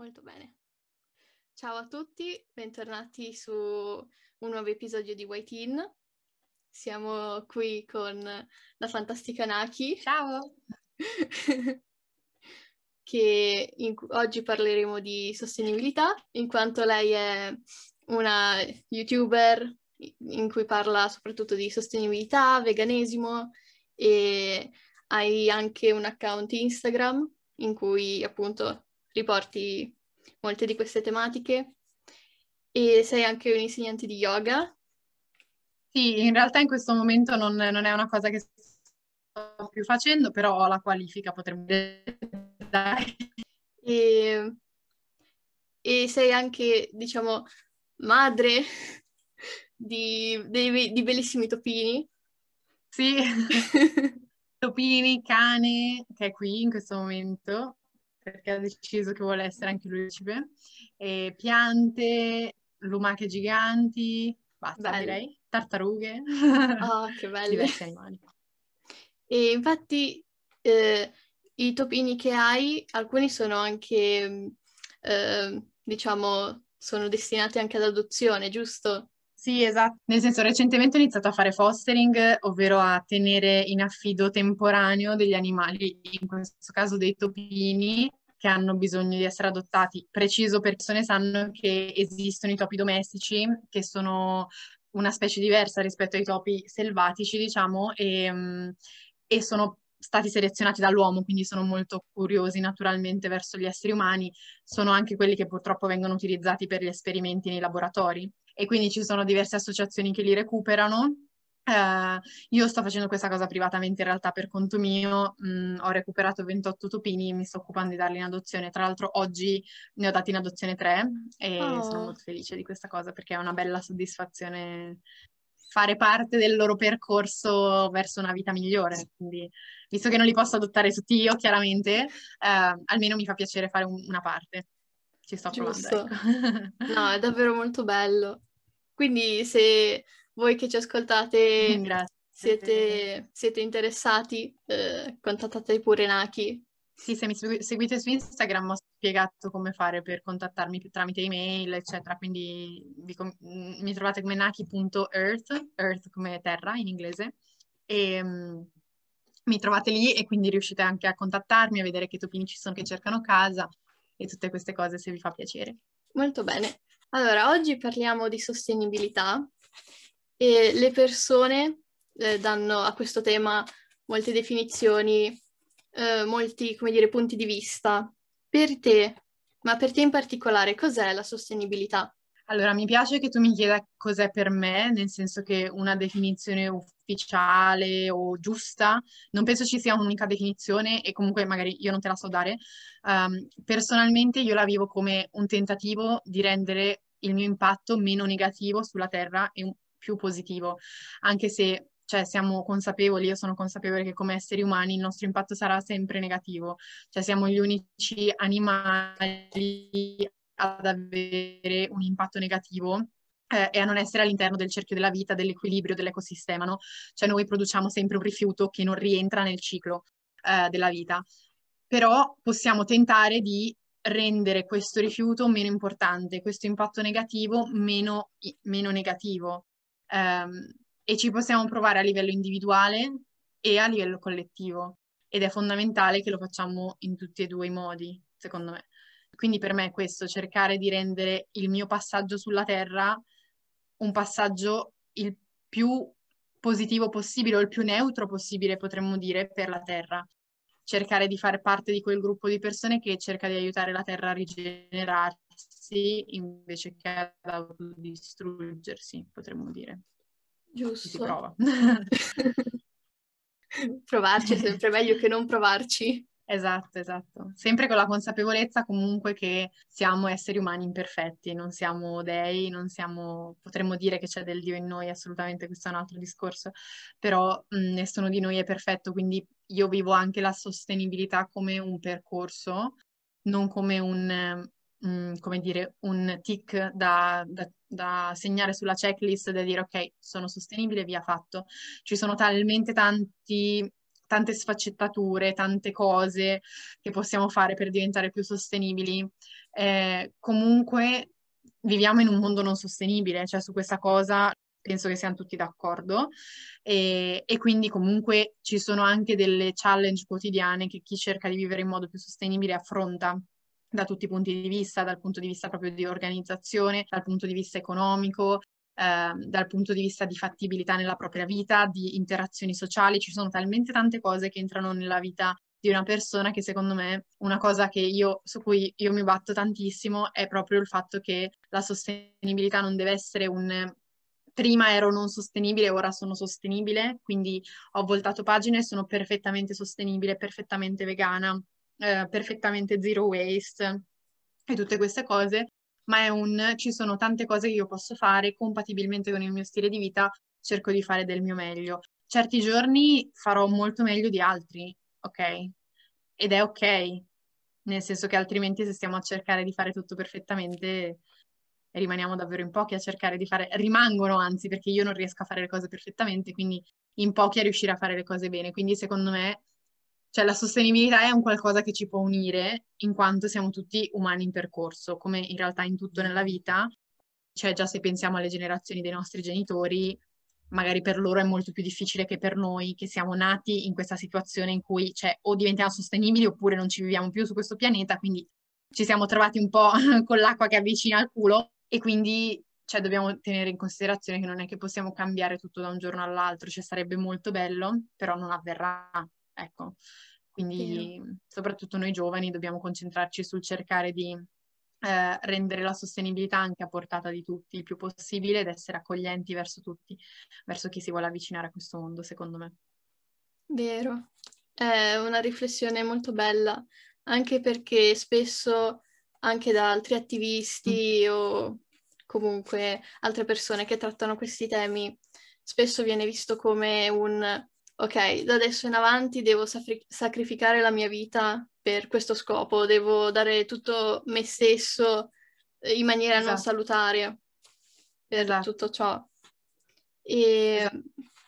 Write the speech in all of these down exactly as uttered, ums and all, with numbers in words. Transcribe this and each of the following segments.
Molto bene. Ciao a tutti, bentornati su un nuovo episodio di White In. Siamo qui con la fantastica Naki. Ciao! Che in cu- oggi parleremo di sostenibilità, in quanto lei è una YouTuber in cui parla soprattutto di sostenibilità, veganesimo e hai anche un account Instagram in cui appunto riporti molte di queste tematiche e sei anche un insegnante di yoga. Sì, in realtà in questo momento non, non è una cosa che sto più facendo, però ho la qualifica, potremmo dire. Dai. E, e sei anche, diciamo, madre di, dei- di bellissimi topini. Sì, Topini, cane, che è qui in questo momento, perché ha deciso che vuole essere anche lui principe, e piante, lumache giganti, basta Bello. direi, tartarughe, Ah, che belle. diversi animali. E infatti eh, i topini che hai, alcuni sono anche, mh, eh, diciamo, sono destinati anche ad adozione, giusto? Sì, esatto. Nel senso, recentemente ho iniziato a fare fostering, ovvero a tenere in affido temporaneo degli animali, in questo caso dei topini, che hanno bisogno di essere adottati. Preciso perché persone sanno che esistono i topi domestici, che sono una specie diversa rispetto ai topi selvatici, diciamo, e, mm, e sono stati selezionati dall'uomo, quindi sono molto curiosi naturalmente verso gli esseri umani. Sono anche quelli che purtroppo vengono utilizzati per gli esperimenti nei laboratori e quindi ci sono diverse associazioni che li recuperano. Eh, io sto facendo questa cosa privatamente in realtà per conto mio. Mm, ho recuperato ventotto topini, mi sto occupando di darli in adozione. Tra l'altro oggi ne ho dati in adozione tre e sono Oh, molto felice di questa cosa perché è una bella soddisfazione fare parte del loro percorso verso una vita migliore. Quindi, visto che non li posso adottare tutti io, chiaramente, eh, almeno mi fa piacere fare un- una parte. Ci sto provando, ecco. giusto. No, è davvero molto bello. Quindi se voi che ci ascoltate Grazie. siete, siete interessati, eh, contattate pure Naki. Sì, se mi segui- seguite su Instagram ho spiegato come fare per contattarmi più tramite email, eccetera, quindi vi com- mm, mi trovate come naki punto earth, earth come terra in inglese, e mm, mi trovate lì e quindi riuscite anche a contattarmi, a vedere che topini ci sono che cercano casa e tutte queste cose se vi fa piacere. Molto bene. Allora, oggi parliamo di sostenibilità e le persone eh, danno a questo tema molte definizioni, eh, molti, come dire, punti di vista. Per te, ma per te in particolare, cos'è la sostenibilità? Allora, mi piace che tu mi chieda cos'è per me, nel senso che una definizione ufficiale o giusta, non penso ci sia un'unica definizione e comunque magari io non te la so dare. Um, personalmente io la vivo come un tentativo di rendere il mio impatto meno negativo sulla Terra e un- più positivo, anche se, cioè, siamo consapevoli, io sono consapevole che come esseri umani il nostro impatto sarà sempre negativo, cioè siamo gli unici animali ad avere un impatto negativo eh, e a non essere all'interno del cerchio della vita, dell'equilibrio dell'ecosistema, no? Cioè noi produciamo sempre un rifiuto che non rientra nel ciclo eh, della vita, però possiamo tentare di rendere questo rifiuto meno importante, questo impatto negativo meno, meno negativo. Ehm, e ci possiamo provare a livello individuale e a livello collettivo. Ed è fondamentale che lo facciamo in tutti e due i modi, secondo me. Quindi per me è questo, cercare di rendere il mio passaggio sulla Terra un passaggio il più positivo possibile o il più neutro possibile, potremmo dire, per la Terra. Cercare di fare parte di quel gruppo di persone che cerca di aiutare la Terra a rigenerarsi invece che ad autodistruggersi, potremmo dire. Ci si Giusto. prova. Provarci è sempre meglio che non provarci. Esatto, esatto. Sempre con la consapevolezza comunque che siamo esseri umani imperfetti, non siamo dei, non siamo, potremmo dire che c'è del Dio in noi, assolutamente, questo è un altro discorso, però mh, nessuno di noi è perfetto, quindi io vivo anche la sostenibilità come un percorso, non come un, eh, mh, come dire, un tick da, da da segnare sulla checklist, da dire ok, sono sostenibile, via fatto. Ci sono talmente tanti tante sfaccettature, tante cose che possiamo fare per diventare più sostenibili. Eh, comunque viviamo in un mondo non sostenibile, cioè su questa cosa penso che siamo tutti d'accordo e, e quindi comunque ci sono anche delle challenge quotidiane che chi cerca di vivere in modo più sostenibile affronta da tutti i punti di vista, dal punto di vista proprio di organizzazione, dal punto di vista economico, eh, dal punto di vista di fattibilità nella propria vita, di interazioni sociali. Ci sono talmente tante cose che entrano nella vita di una persona che secondo me una cosa che io, su cui io mi batto tantissimo è proprio il fatto che la sostenibilità non deve essere un prima ero non sostenibile, ora sono sostenibile, quindi ho voltato pagina e sono perfettamente sostenibile, perfettamente vegana, eh, perfettamente zero waste e tutte queste cose, ma è un ci sono tante cose che io posso fare compatibilmente con il mio stile di vita, cerco di fare del mio meglio. Certi giorni farò molto meglio di altri, ok? Ed è ok, nel senso che altrimenti se stiamo a cercare di fare tutto perfettamente rimaniamo davvero in pochi a cercare di fare, rimangono anzi perché io non riesco a fare le cose perfettamente, quindi in pochi a riuscire a fare le cose bene. Quindi secondo me, cioè, la sostenibilità è un qualcosa che ci può unire in quanto siamo tutti umani in percorso, come in realtà in tutto nella vita. Cioè già se pensiamo alle generazioni dei nostri genitori, magari per loro è molto più difficile che per noi, che siamo nati in questa situazione in cui, cioè, o diventiamo sostenibili oppure non ci viviamo più su questo pianeta, quindi ci siamo trovati un po' con l'acqua che avvicina al culo e quindi, cioè, dobbiamo tenere in considerazione che non è che possiamo cambiare tutto da un giorno all'altro, cioè sarebbe molto bello, però non avverrà, ecco. Quindi, soprattutto noi giovani, dobbiamo concentrarci sul cercare di eh, rendere la sostenibilità anche a portata di tutti il più possibile ed essere accoglienti verso tutti, verso chi si vuole avvicinare a questo mondo, secondo me. Vero, è una riflessione molto bella, anche perché spesso anche da altri attivisti mm. o comunque altre persone che trattano questi temi, spesso viene visto come un ok, da adesso in avanti devo safri- sacrificare la mia vita per questo scopo, devo dare tutto me stesso in maniera esatto. non salutare per esatto. tutto ciò. E esatto.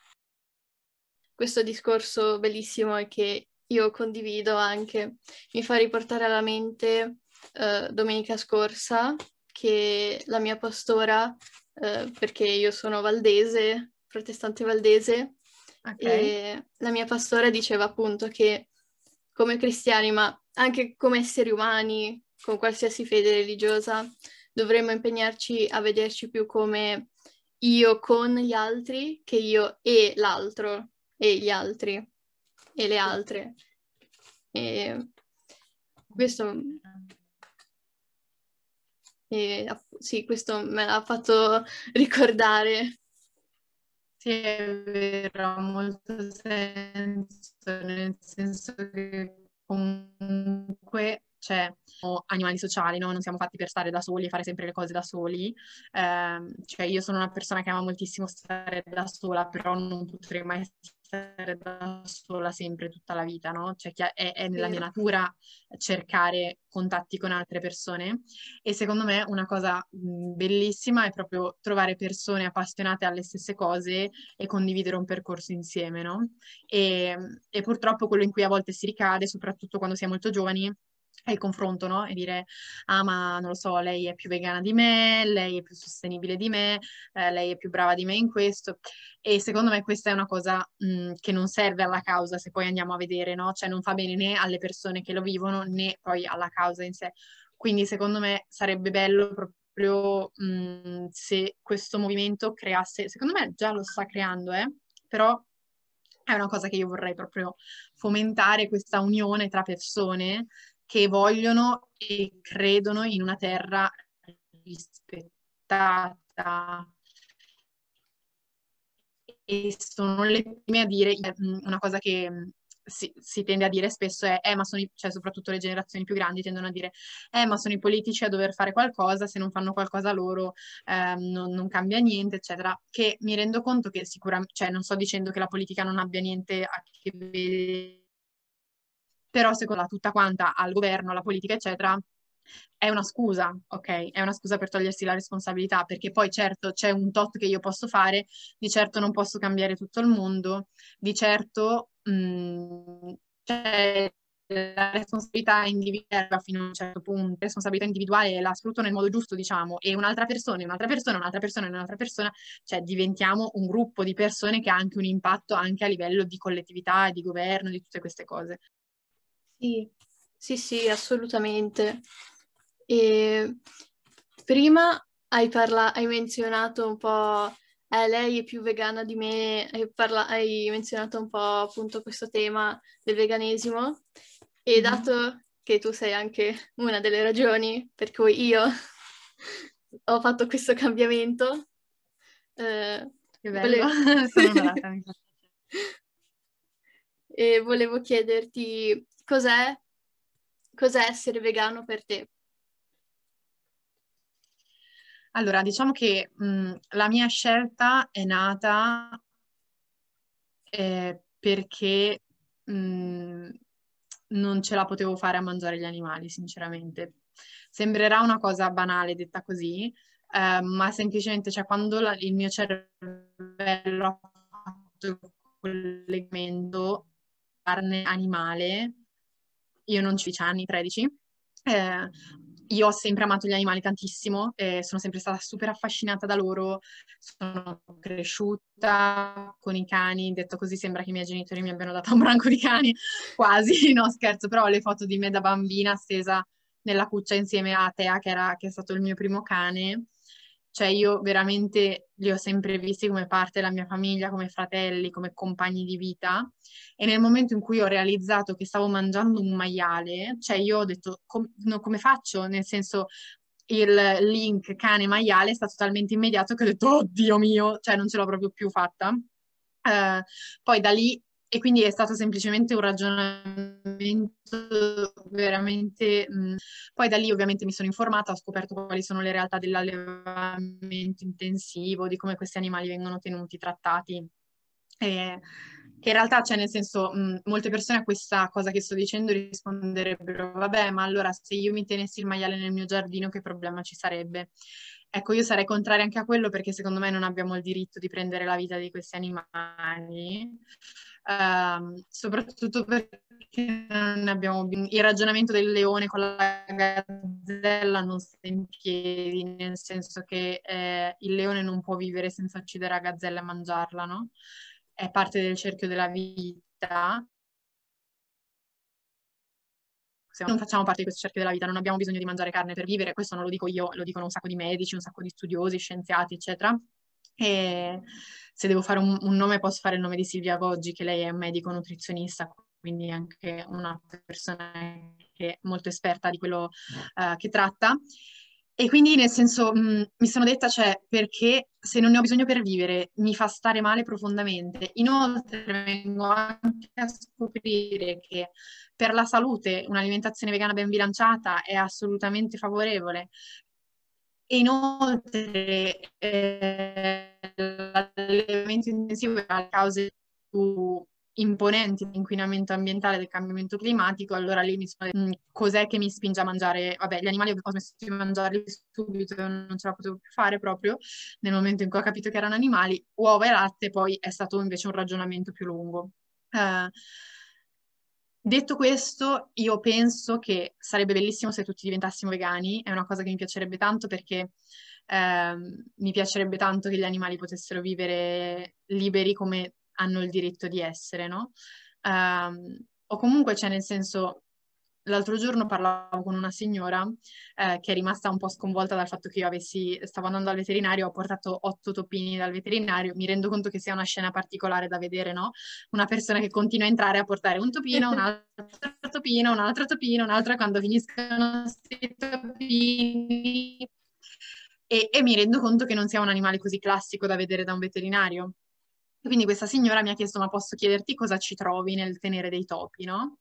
Questo discorso bellissimo e che io condivido anche mi fa riportare alla mente uh, domenica scorsa che la mia pastora, uh, perché io sono valdese, protestante valdese, okay. E la mia pastora diceva appunto che come cristiani, ma anche come esseri umani, con qualsiasi fede religiosa, dovremmo impegnarci a vederci più come io con gli altri che io e l'altro e gli altri e le altre. E questo, e, sì, questo me l'ha fatto ricordare. Sì, è vero, ha molto senso, nel senso che comunque cioè, siamo animali sociali, no? Non siamo fatti per stare da soli e fare sempre le cose da soli. Eh, cioè, io sono una persona che ama moltissimo stare da sola, però non potrei mai stare da sola sempre tutta la vita, no? Cioè, è, è nella mia natura cercare contatti con altre persone e secondo me una cosa mh, bellissima è proprio trovare persone appassionate alle stesse cose e condividere un percorso insieme, no? E, e purtroppo quello in cui a volte si ricade, soprattutto quando si è molto giovani, è il confronto, no? E dire, ah ma non lo so, lei è più vegana di me, lei è più sostenibile di me, eh, lei è più brava di me in questo. E secondo me questa è una cosa mh, che non serve alla causa se poi andiamo a vedere, no? Cioè non fa bene né alle persone che lo vivono né poi alla causa in sé. Quindi secondo me sarebbe bello proprio mh, se questo movimento creasse, secondo me già lo sta creando, eh? Però è una cosa che io vorrei proprio fomentare, questa unione tra persone che vogliono e credono in una terra rispettata. E sono le prime a dire una cosa che si, si tende a dire spesso è, eh, ma sono i, cioè soprattutto le generazioni più grandi tendono a dire, eh, ma sono i politici a dover fare qualcosa, se non fanno qualcosa loro eh, non, non cambia niente, eccetera. Che mi rendo conto che sicuramente, cioè non sto dicendo che la politica non abbia niente a che vedere, però secondo me tutta quanta al governo, alla politica, eccetera, è una scusa, ok? È una scusa per togliersi la responsabilità, perché poi certo c'è un tot che io posso fare, di certo non posso cambiare tutto il mondo, di certo mh, c'è la responsabilità individuale fino a un certo punto, la responsabilità individuale la sfrutto nel modo giusto, diciamo, e un'altra persona, un'altra persona, un'altra persona, un'altra persona, cioè diventiamo un gruppo di persone che ha anche un impatto anche a livello di collettività, di governo, di tutte queste cose. Sì, sì, sì, assolutamente. E prima hai, parla- hai menzionato un po', eh, lei è più vegana di me, hai, parla- hai menzionato un po' appunto questo tema del veganesimo e Mhm. dato che tu sei anche una delle ragioni per cui io ho fatto questo cambiamento, eh, Che bello, vole- sono onorata. Mi fa piacere. e volevo chiederti cos'è, cos'è essere vegano per te? Allora, diciamo che mh, la mia scelta è nata eh, perché mh, non ce la potevo fare a mangiare gli animali, sinceramente. Sembrerà una cosa banale detta così, eh, ma semplicemente, cioè, quando la- il mio cervello ha fatto il collegamento carne animale, io non ho dieci anni, tredici, eh, io ho sempre amato gli animali tantissimo, eh, sono sempre stata super affascinata da loro, sono cresciuta con i cani, detto così sembra che i miei genitori mi abbiano dato un branco di cani, quasi, no scherzo, però ho le foto di me da bambina stesa nella cuccia insieme a Tea, che era, che è stato il mio primo cane, cioè io veramente li ho sempre visti come parte della mia famiglia, come fratelli, come compagni di vita. E nel momento in cui ho realizzato che stavo mangiando un maiale, cioè io ho detto, com- no, come faccio? Nel senso, il link cane-maiale è stato talmente immediato che ho detto, oddio mio, cioè non ce l'ho proprio più fatta. Eh, poi da lì, e quindi è stato semplicemente un ragionamento veramente... mh, poi da lì ovviamente mi sono informata, ho scoperto quali sono le realtà dell'allevamento intensivo, di come questi animali vengono tenuti, trattati. E che in realtà, cioè, nel senso, mh, molte persone a questa cosa che sto dicendo risponderebbero, vabbè, ma allora se io mi tenessi il maiale nel mio giardino, che problema ci sarebbe? Ecco, io sarei contraria anche a quello perché secondo me non abbiamo il diritto di prendere la vita di questi animali, ehm, soprattutto perché non ne abbiamo bisogno. Il ragionamento del leone con la gazzella non sta in piedi, nel senso che eh, il leone non può vivere senza uccidere la gazzella e mangiarla, no? È parte del cerchio della vita. Se non facciamo parte di questo cerchio della vita, non abbiamo bisogno di mangiare carne per vivere, questo non lo dico io, lo dicono un sacco di medici, un sacco di studiosi, scienziati, eccetera. E se devo fare un, un nome, posso fare il nome di Silvia Goggi, che lei è un medico nutrizionista, quindi anche una persona che è molto esperta di quello eh, che tratta. E quindi nel senso mh, mi sono detta, cioè, perché se non ne ho bisogno per vivere mi fa stare male profondamente. Inoltre vengo anche a scoprire che per la salute un'alimentazione vegana ben bilanciata è assolutamente favorevole. E inoltre eh, l'allevamento intensivo è la causa più imponenti di inquinamento ambientale del cambiamento climatico, allora lì mi sono detto, "Mm, cos'è che mi spinge a mangiare? Vabbè, gli animali ho smesso di mangiarli subito, non ce la potevo più fare proprio nel momento in cui ho capito che erano animali, uova e latte, poi è stato invece un ragionamento più lungo. Eh, Detto questo, io penso che sarebbe bellissimo se tutti diventassimo vegani, è una cosa che mi piacerebbe tanto perché ehm, mi piacerebbe tanto che gli animali potessero vivere liberi come hanno il diritto di essere, no? Ehm, o comunque c'è nel senso, l'altro giorno parlavo con una signora eh, che è rimasta un po' sconvolta dal fatto che io avessi, stavo andando al veterinario, ho portato otto topini dal veterinario, mi rendo conto che sia una scena particolare da vedere, no? Una persona che continua a entrare a portare un topino, un altro topino, un altro topino, un altro, quando finiscono questi topini. E, e mi rendo conto che non sia un animale così classico da vedere da un veterinario. Quindi questa signora mi ha chiesto, ma posso chiederti cosa ci trovi nel tenere dei topi, no?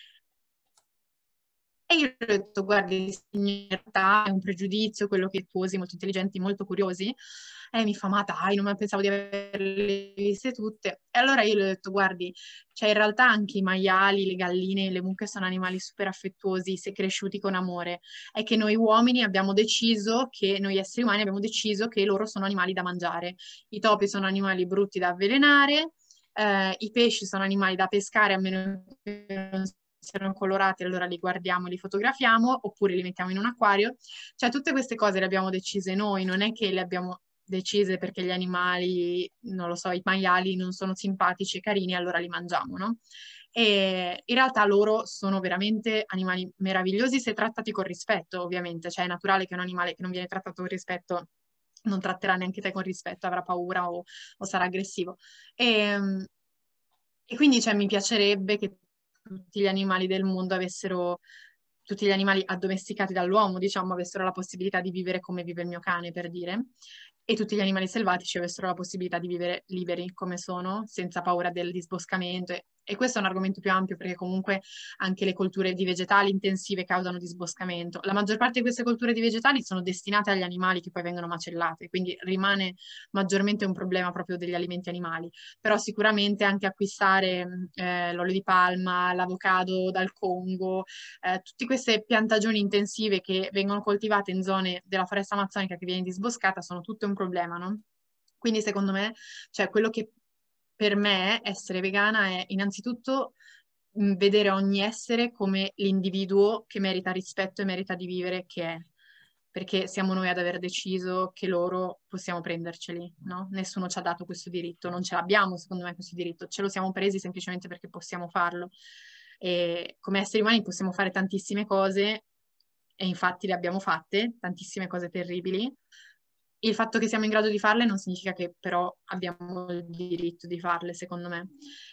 E io gli ho detto, guardi, in realtà è un pregiudizio quello che tu usi, molto intelligenti, molto curiosi. E mi fa, ma dai, non pensavo di averle viste tutte. E allora io gli ho detto, guardi, cioè in realtà anche i maiali, le galline, le mucche sono animali super affettuosi, se cresciuti con amore. È che noi uomini abbiamo deciso che, noi esseri umani abbiamo deciso che loro sono animali da mangiare. I topi sono animali brutti da avvelenare, eh, i pesci sono animali da pescare a meno che non siano colorati, allora li guardiamo e li fotografiamo, oppure li mettiamo in un acquario. Cioè tutte queste cose le abbiamo decise noi, non è che le abbiamo decise perché gli animali, non lo so, i maiali non sono simpatici e carini, allora li mangiamo, no? E in realtà loro sono veramente animali meravigliosi se trattati con rispetto, ovviamente. Cioè è naturale che un animale che non viene trattato con rispetto non tratterà neanche te con rispetto, avrà paura o, o sarà aggressivo. E, e quindi cioè, mi piacerebbe che tutti gli animali del mondo avessero, tutti gli animali addomesticati dall'uomo, diciamo, avessero la possibilità di vivere come vive il mio cane, per dire, e tutti gli animali selvatici avessero la possibilità di vivere liberi come sono, senza paura del disboscamento. E, e questo è un argomento più ampio, perché comunque anche le colture di vegetali intensive causano disboscamento. La maggior parte di queste colture di vegetali sono destinate agli animali che poi vengono macellate, quindi rimane maggiormente un problema proprio degli alimenti animali. Però sicuramente anche acquistare eh, l'olio di palma, l'avocado dal Congo, eh, tutte queste piantagioni intensive che vengono coltivate in zone della foresta amazzonica che viene disboscata sono tutto un problema, no? Quindi secondo me, cioè quello che per me essere vegana è innanzitutto mh, vedere ogni essere come l'individuo che merita rispetto e merita di vivere che è. Perché siamo noi ad aver deciso che loro possiamo prenderceli, no? Nessuno ci ha dato questo diritto, non ce l'abbiamo secondo me questo diritto, ce lo siamo presi semplicemente perché possiamo farlo. E come esseri umani possiamo fare tantissime cose e infatti le abbiamo fatte, tantissime cose terribili. Il fatto che siamo in grado di farle non significa che però abbiamo il diritto di farle, secondo me.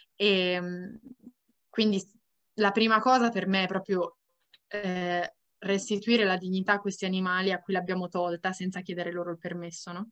E quindi la prima cosa per me è proprio eh, restituire la dignità a questi animali a cui l'abbiamo tolta senza chiedere loro il permesso, no?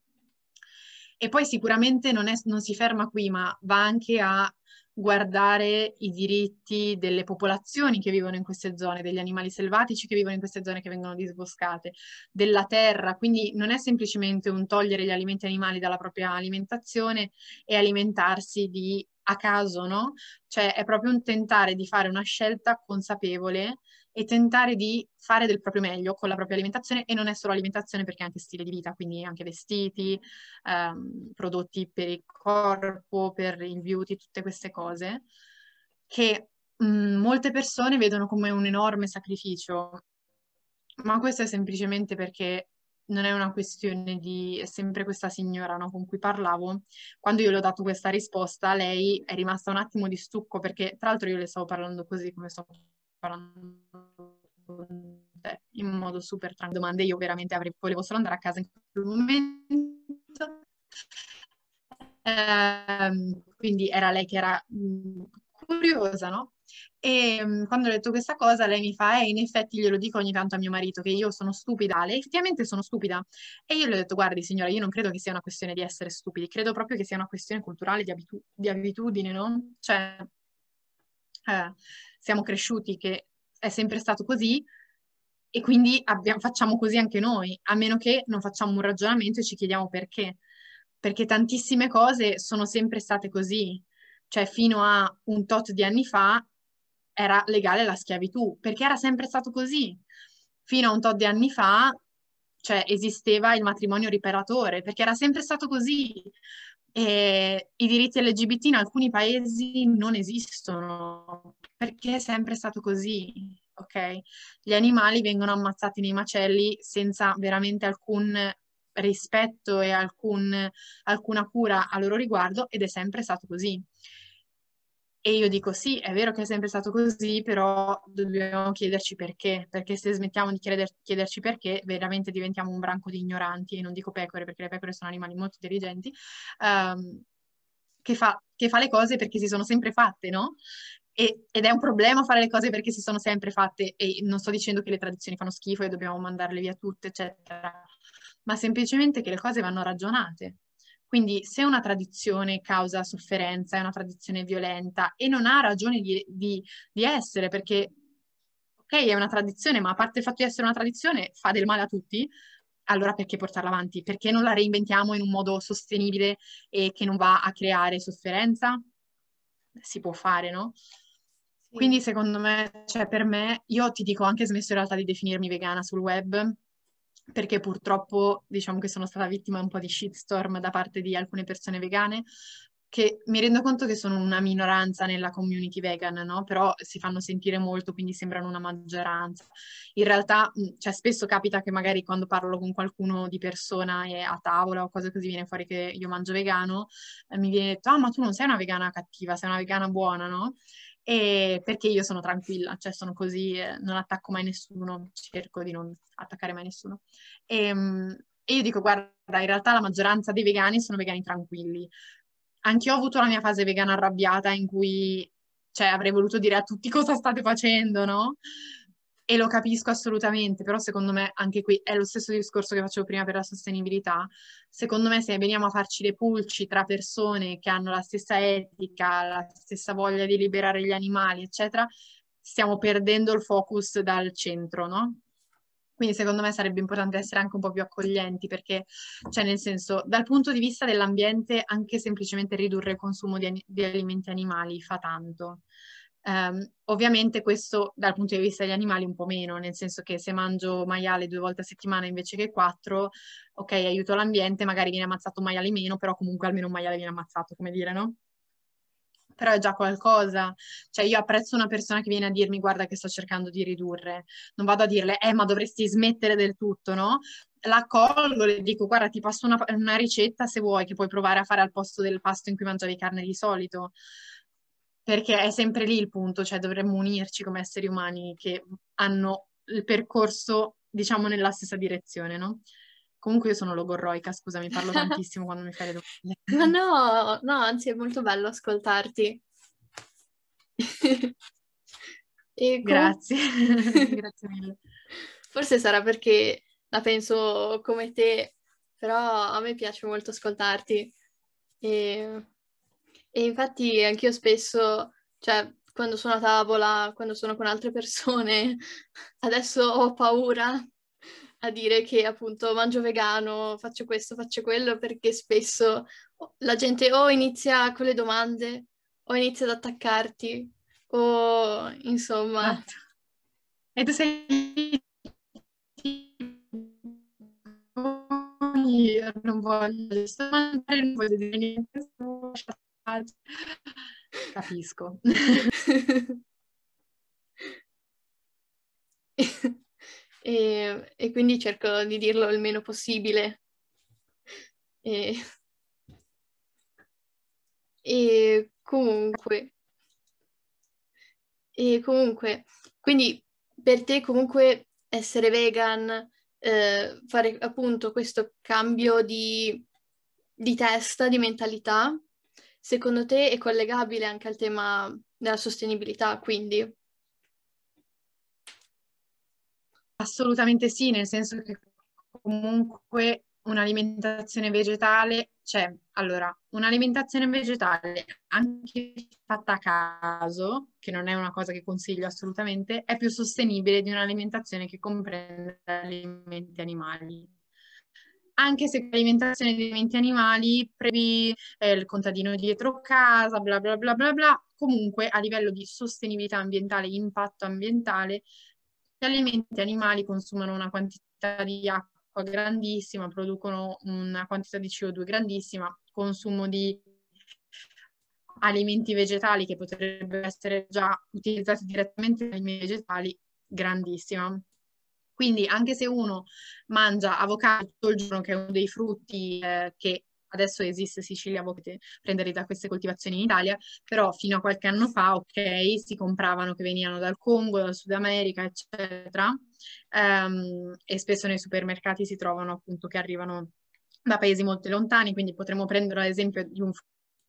E poi sicuramente non, è, non si ferma qui, ma va anche a guardare i diritti delle popolazioni che vivono in queste zone, degli animali selvatici che vivono in queste zone che vengono disboscate, della terra. Quindi non è semplicemente un togliere gli alimenti animali dalla propria alimentazione e alimentarsi di a caso, no? Cioè è proprio un tentare di fare una scelta consapevole e tentare di fare del proprio meglio con la propria alimentazione, e non è solo alimentazione perché è anche stile di vita, quindi anche vestiti, ehm, prodotti per il corpo, per il beauty, tutte queste cose che mh, molte persone vedono come un enorme sacrificio, ma questo è semplicemente perché non è una questione di... È sempre questa signora, no, con cui parlavo. Quando io le ho dato questa risposta, lei è rimasta un attimo di stucco, perché tra l'altro io le stavo parlando così come sto parlando con te, in modo super tranquillo. Domande, io veramente avrei, volevo solo andare a casa in quel momento. Ehm, quindi era lei che era mh, curiosa, no? E mh, quando ho detto questa cosa, lei mi fa, eh, in effetti glielo dico ogni tanto a mio marito che io sono stupida. Lei effettivamente sono stupida. E io le ho detto, guardi signora, io non credo che sia una questione di essere stupidi, credo proprio che sia una questione culturale, di, abitu- di abitudine, no? Cioè, eh, siamo cresciuti che è sempre stato così e quindi abbiamo- facciamo così anche noi, a meno che non facciamo un ragionamento e ci chiediamo perché. Perché tantissime cose sono sempre state così. Cioè, fino a un tot di anni fa era legale la schiavitù, perché era sempre stato così. Fino a un tot di anni fa, cioè, esisteva il matrimonio riparatore, perché era sempre stato così. E i diritti L G B T in alcuni paesi non esistono, perché è sempre stato così, ok? Gli animali vengono ammazzati nei macelli senza veramente alcun rispetto e alcun, alcuna cura a loro riguardo, ed è sempre stato così. E io dico sì, è vero che è sempre stato così, però dobbiamo chiederci perché, perché se smettiamo di chieder- chiederci perché, veramente diventiamo un branco di ignoranti, e non dico pecore, perché le pecore sono animali molto intelligenti, ehm, che fa, che fa le cose perché si sono sempre fatte, no? E- ed è un problema fare le cose perché si sono sempre fatte, e non sto dicendo che le tradizioni fanno schifo e dobbiamo mandarle via tutte, eccetera, ma semplicemente che le cose vanno ragionate. Quindi se una tradizione causa sofferenza, è una tradizione violenta e non ha ragione di, di- di essere, perché ok, è una tradizione, ma a parte il fatto di essere una tradizione, fa del male a tutti, allora perché portarla avanti? Perché non la reinventiamo in un modo sostenibile e che non va a creare sofferenza? Si può fare, no? Sì. Quindi secondo me, cioè per me, io ti dico, ho anche smesso in realtà di definirmi vegana sul web, perché purtroppo diciamo che sono stata vittima un po' di shitstorm da parte di alcune persone vegane, che mi rendo conto che sono una minoranza nella community vegan, no? Però si fanno sentire molto, quindi sembrano una maggioranza. In realtà, mh, cioè, spesso capita che magari quando parlo con qualcuno di persona e a tavola o cose così viene fuori che io mangio vegano, eh, mi viene detto, ah, ma tu non sei una vegana cattiva, sei una vegana buona, no? E perché io sono tranquilla, cioè sono così, eh, non attacco mai nessuno, cerco di non attaccare mai nessuno. E, mh, e io dico, guarda, in realtà la maggioranza dei vegani sono vegani tranquilli. Anch'io ho avuto la mia fase vegana arrabbiata in cui, cioè, avrei voluto dire a tutti cosa state facendo, no? E lo capisco assolutamente, però secondo me anche qui è lo stesso discorso che facevo prima per la sostenibilità. Secondo me se veniamo a farci le pulci tra persone che hanno la stessa etica, la stessa voglia di liberare gli animali, eccetera, stiamo perdendo il focus dal centro, no? Quindi secondo me sarebbe importante essere anche un po' più accoglienti perché, cioè nel senso, dal punto di vista dell'ambiente, anche semplicemente ridurre il consumo di, ani- di alimenti animali fa tanto. Ehm, ovviamente questo dal punto di vista degli animali un po' meno, nel senso che se mangio maiale due volte a settimana invece che quattro, ok, aiuto l'ambiente, magari viene ammazzato un maiale meno, però comunque almeno un maiale viene ammazzato, come dire, no? Però è già qualcosa. Cioè, io apprezzo una persona che viene a dirmi, guarda che sto cercando di ridurre. Non vado a dirle, eh, ma dovresti smettere del tutto, no? La accolgo, le dico, guarda, ti passo una, una ricetta se vuoi, che puoi provare a fare al posto del pasto in cui mangiavi carne di solito. Perché è sempre lì il punto, cioè dovremmo unirci come esseri umani che hanno il percorso, diciamo, nella stessa direzione, no? Comunque io sono logorroica, scusami, parlo tantissimo quando mi fai le Ma domande. no, no, anzi è molto bello ascoltarti. E com- Grazie, grazie mille. Forse sarà perché la penso come te, però a me piace molto ascoltarti. E, e infatti anch'io spesso, cioè, quando sono a tavola, quando sono con altre persone, adesso ho paura a dire che appunto mangio vegano, faccio questo, faccio quello, perché spesso la gente o inizia con le domande o inizia ad attaccarti o insomma. Esatto. E tu sei io non voglio sto mangiare, non voglio dire niente, sto lasciando- capisco. E, e quindi cerco di dirlo il meno possibile. E, e comunque, e comunque, quindi per te comunque essere vegan, eh, fare appunto questo cambio di, di testa, di mentalità, secondo te è collegabile anche al tema della sostenibilità, quindi? Assolutamente sì, nel senso che comunque un'alimentazione vegetale, cioè, allora, un'alimentazione vegetale anche fatta a caso, che non è una cosa che consiglio assolutamente, è più sostenibile di un'alimentazione che comprende alimenti animali. Anche se l'alimentazione di alimenti animali previ eh, il contadino dietro casa, bla bla bla bla bla, comunque a livello di sostenibilità ambientale, impatto ambientale, gli alimenti animali consumano una quantità di acqua grandissima, producono una quantità di C O due grandissima, consumo di alimenti vegetali che potrebbero essere già utilizzati direttamente nei alimenti vegetali grandissima. Quindi anche se uno mangia avocado tutto il giorno, che è uno dei frutti eh, che adesso esiste Sicilia, voi potete prenderli da queste coltivazioni in Italia, però fino a qualche anno fa, ok, si compravano che venivano dal Congo, dal Sud America, eccetera, ehm, e spesso nei supermercati si trovano appunto che arrivano da paesi molto lontani, quindi potremmo prendere l'esempio di un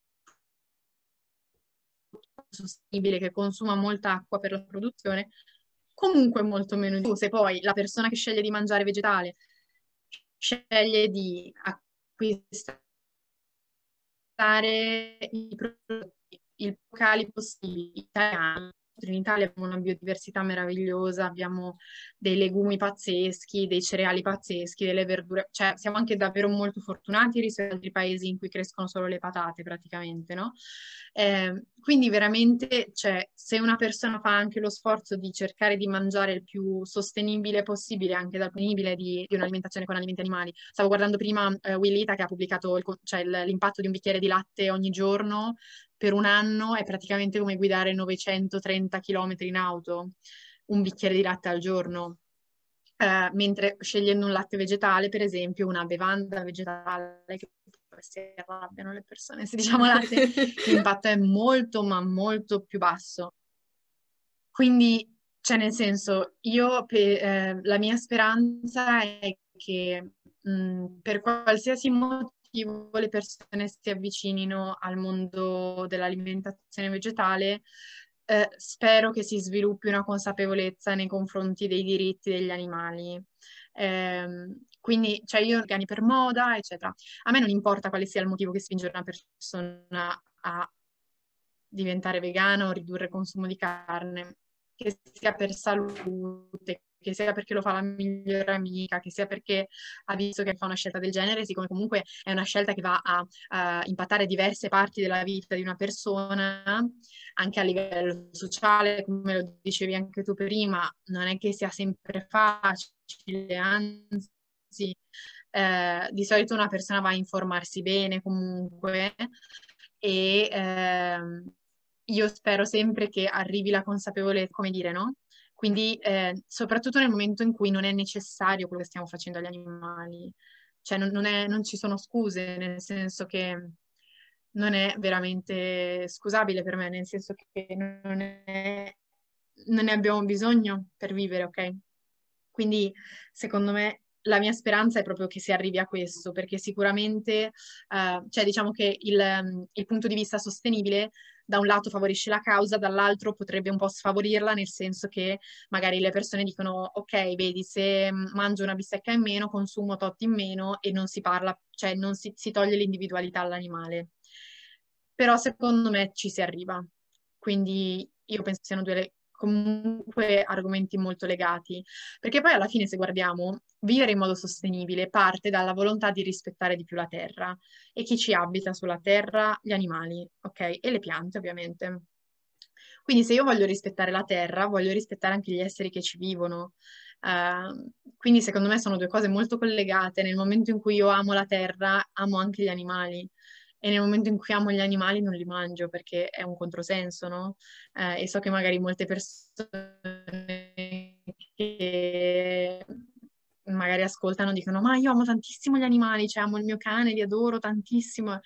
sostenibile che consuma molta acqua per la produzione, comunque molto meno di più. Se poi la persona che sceglie di mangiare vegetale sceglie di acquistare i prodotti il locali possibili italiani, in Italia abbiamo una biodiversità meravigliosa, abbiamo dei legumi pazzeschi, dei cereali pazzeschi, delle verdure, cioè siamo anche davvero molto fortunati rispetto ad altri paesi in cui crescono solo le patate praticamente, no? Eh, quindi veramente, cioè, se una persona fa anche lo sforzo di cercare di mangiare il più sostenibile possibile, anche dal punto di vista di, di un'alimentazione con alimenti animali. Stavo guardando prima eh, Willita che ha pubblicato il co- cioè, il- l'impatto di un bicchiere di latte ogni giorno per un anno è praticamente come guidare novecentotrenta chilometri in auto, un bicchiere di latte al giorno. Eh, mentre scegliendo un latte vegetale, per esempio, una bevanda vegetale, che poi si arrabbiano le persone se diciamo latte, l'impatto è molto, ma molto più basso. Quindi, cioè, nel senso, io pe- eh, la mia speranza è che mh, per qualsiasi motivo le persone si avvicinino al mondo dell'alimentazione vegetale. Eh, spero che si sviluppi una consapevolezza nei confronti dei diritti degli animali. Ehm, quindi, cioè, io organi per moda, eccetera. A me non importa quale sia il motivo che spinge una persona a diventare vegano o ridurre il consumo di carne, che sia per salute, che sia perché lo fa la migliore amica, che sia perché ha visto che fa una scelta del genere, siccome comunque è una scelta che va a, a impattare diverse parti della vita di una persona, anche a livello sociale, come lo dicevi anche tu prima, non è che sia sempre facile, anzi, eh, di solito una persona va a informarsi bene comunque e ehm, io spero sempre che arrivi la consapevolezza, come dire, no? Quindi, eh, soprattutto nel momento in cui non è necessario quello che stiamo facendo agli animali, cioè non, non è- non ci sono scuse, nel senso che non è veramente scusabile per me, nel senso che non è- non ne abbiamo bisogno per vivere, ok? Quindi, secondo me, la mia speranza è proprio che si arrivi a questo, perché sicuramente, eh, cioè diciamo che il, il punto di vista sostenibile da un lato favorisce la causa, dall'altro potrebbe un po' sfavorirla, nel senso che magari le persone dicono, ok, vedi, se mm, mangio una bistecca in meno, consumo tot in meno e non si parla, cioè non si, si toglie l'individualità all'animale. Però secondo me ci si arriva. Quindi io penso siano due comunque argomenti molto legati, perché poi alla fine se guardiamo, vivere in modo sostenibile parte dalla volontà di rispettare di più la terra e chi ci abita sulla terra, gli animali, ok? E le piante ovviamente. Quindi se io voglio rispettare la terra, voglio rispettare anche gli esseri che ci vivono. Eh, quindi secondo me sono due cose molto collegate. Nel momento in cui io amo la terra, amo anche gli animali. E nel momento in cui amo gli animali non li mangio perché è un controsenso, no? Eh, e so che magari molte persone che magari ascoltano dicono: Ma io amo tantissimo gli animali, cioè amo il mio cane, li adoro tantissimo.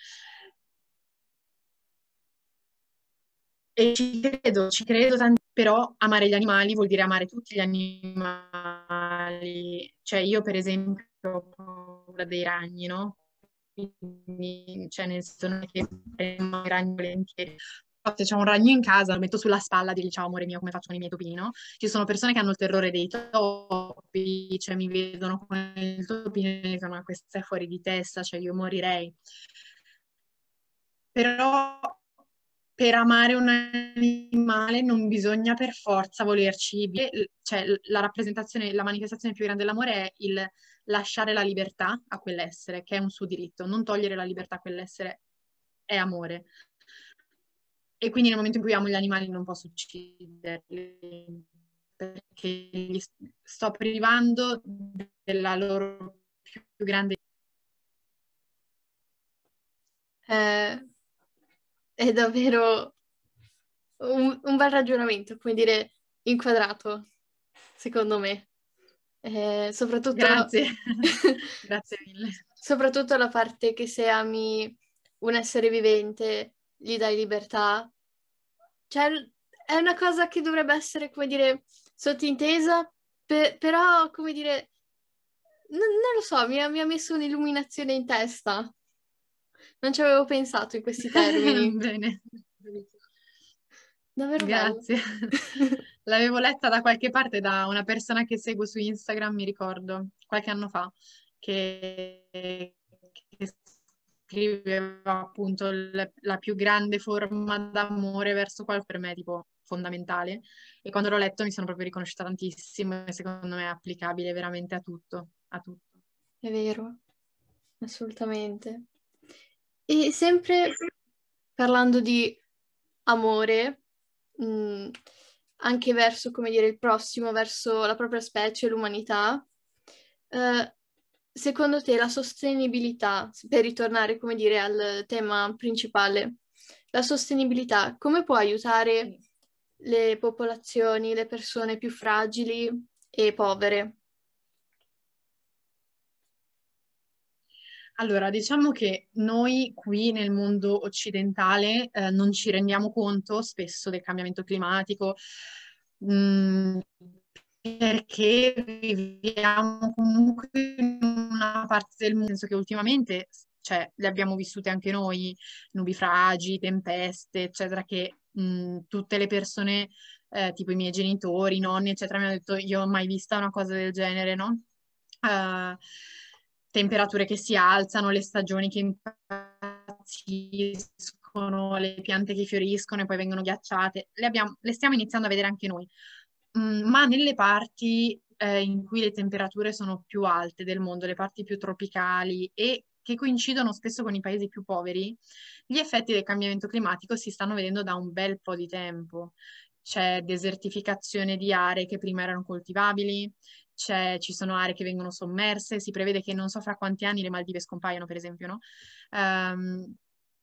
E ci credo, ci credo tanto, però amare gli animali vuol dire amare tutti gli animali. Cioè io per esempio ho paura dei ragni, no? Quindi, cioè nel senso non è che prendo i ragni volentieri. Se c'è un ragno in casa, lo metto sulla spalla e dico, ciao amore mio, come faccio con i miei topini, no? Ci sono persone che hanno il terrore dei topi, cioè mi vedono con il topino e dicono, ma questa è fuori di testa, cioè io morirei. Però per amare un animale non bisogna per forza volerci vivere, cioè la rappresentazione, la manifestazione più grande dell'amore è il lasciare la libertà a quell'essere, che è un suo diritto, non togliere la libertà a quell'essere è amore. E quindi nel momento in cui amo gli animali non posso ucciderli, perché li sto privando della loro più grande. Eh, è davvero un, un bel ragionamento, come dire, inquadrato, secondo me. Eh, soprattutto, Grazie, grazie mille. soprattutto la parte che se ami un essere vivente, gli dai libertà. Cioè, è una cosa che dovrebbe essere, come dire, sottintesa, pe- però, come dire, non, non lo so, mi ha, mi ha messo un'illuminazione in testa. Non ci avevo pensato in questi termini. Bene. Davvero bello. Grazie. L'avevo letta da qualche parte da una persona che seguo su Instagram, mi ricordo, qualche anno fa, che, che scriveva appunto l- la più grande forma d'amore verso qualcuno per me, tipo fondamentale, e quando l'ho letto mi sono proprio riconosciuta tantissimo e secondo me è applicabile veramente a tutto, a tutto. È vero, assolutamente. E sempre parlando di amore, mh, anche verso, come dire, il prossimo, verso la propria specie, l'umanità, eh, secondo te la sostenibilità, per ritornare, come dire, al tema principale, la sostenibilità come può aiutare le popolazioni, le persone più fragili e povere? Allora, diciamo che noi qui nel mondo occidentale eh, non ci rendiamo conto spesso del cambiamento climatico, mh, perché viviamo comunque in una parte del mondo, nel senso che ultimamente, cioè, le abbiamo vissute anche noi, nubifragi, tempeste, eccetera, che mh, tutte le persone, eh, tipo i miei genitori, i nonni, eccetera, mi hanno detto, io ho mai vista una cosa del genere, no? Uh, temperature che si alzano, le stagioni che impazziscono, le piante che fioriscono e poi vengono ghiacciate, le, abbiamo, le stiamo iniziando a vedere anche noi. Mm, ma nelle parti eh, in cui le temperature sono più alte del mondo, le parti più tropicali e che coincidono spesso con i paesi più poveri, gli effetti del cambiamento climatico si stanno vedendo da un bel po' di tempo. C'è desertificazione di aree che prima erano coltivabili, c'è- ci sono aree che vengono sommerse, si prevede che non so fra quanti anni le Maldive scompaiano, per esempio, no? Ehm,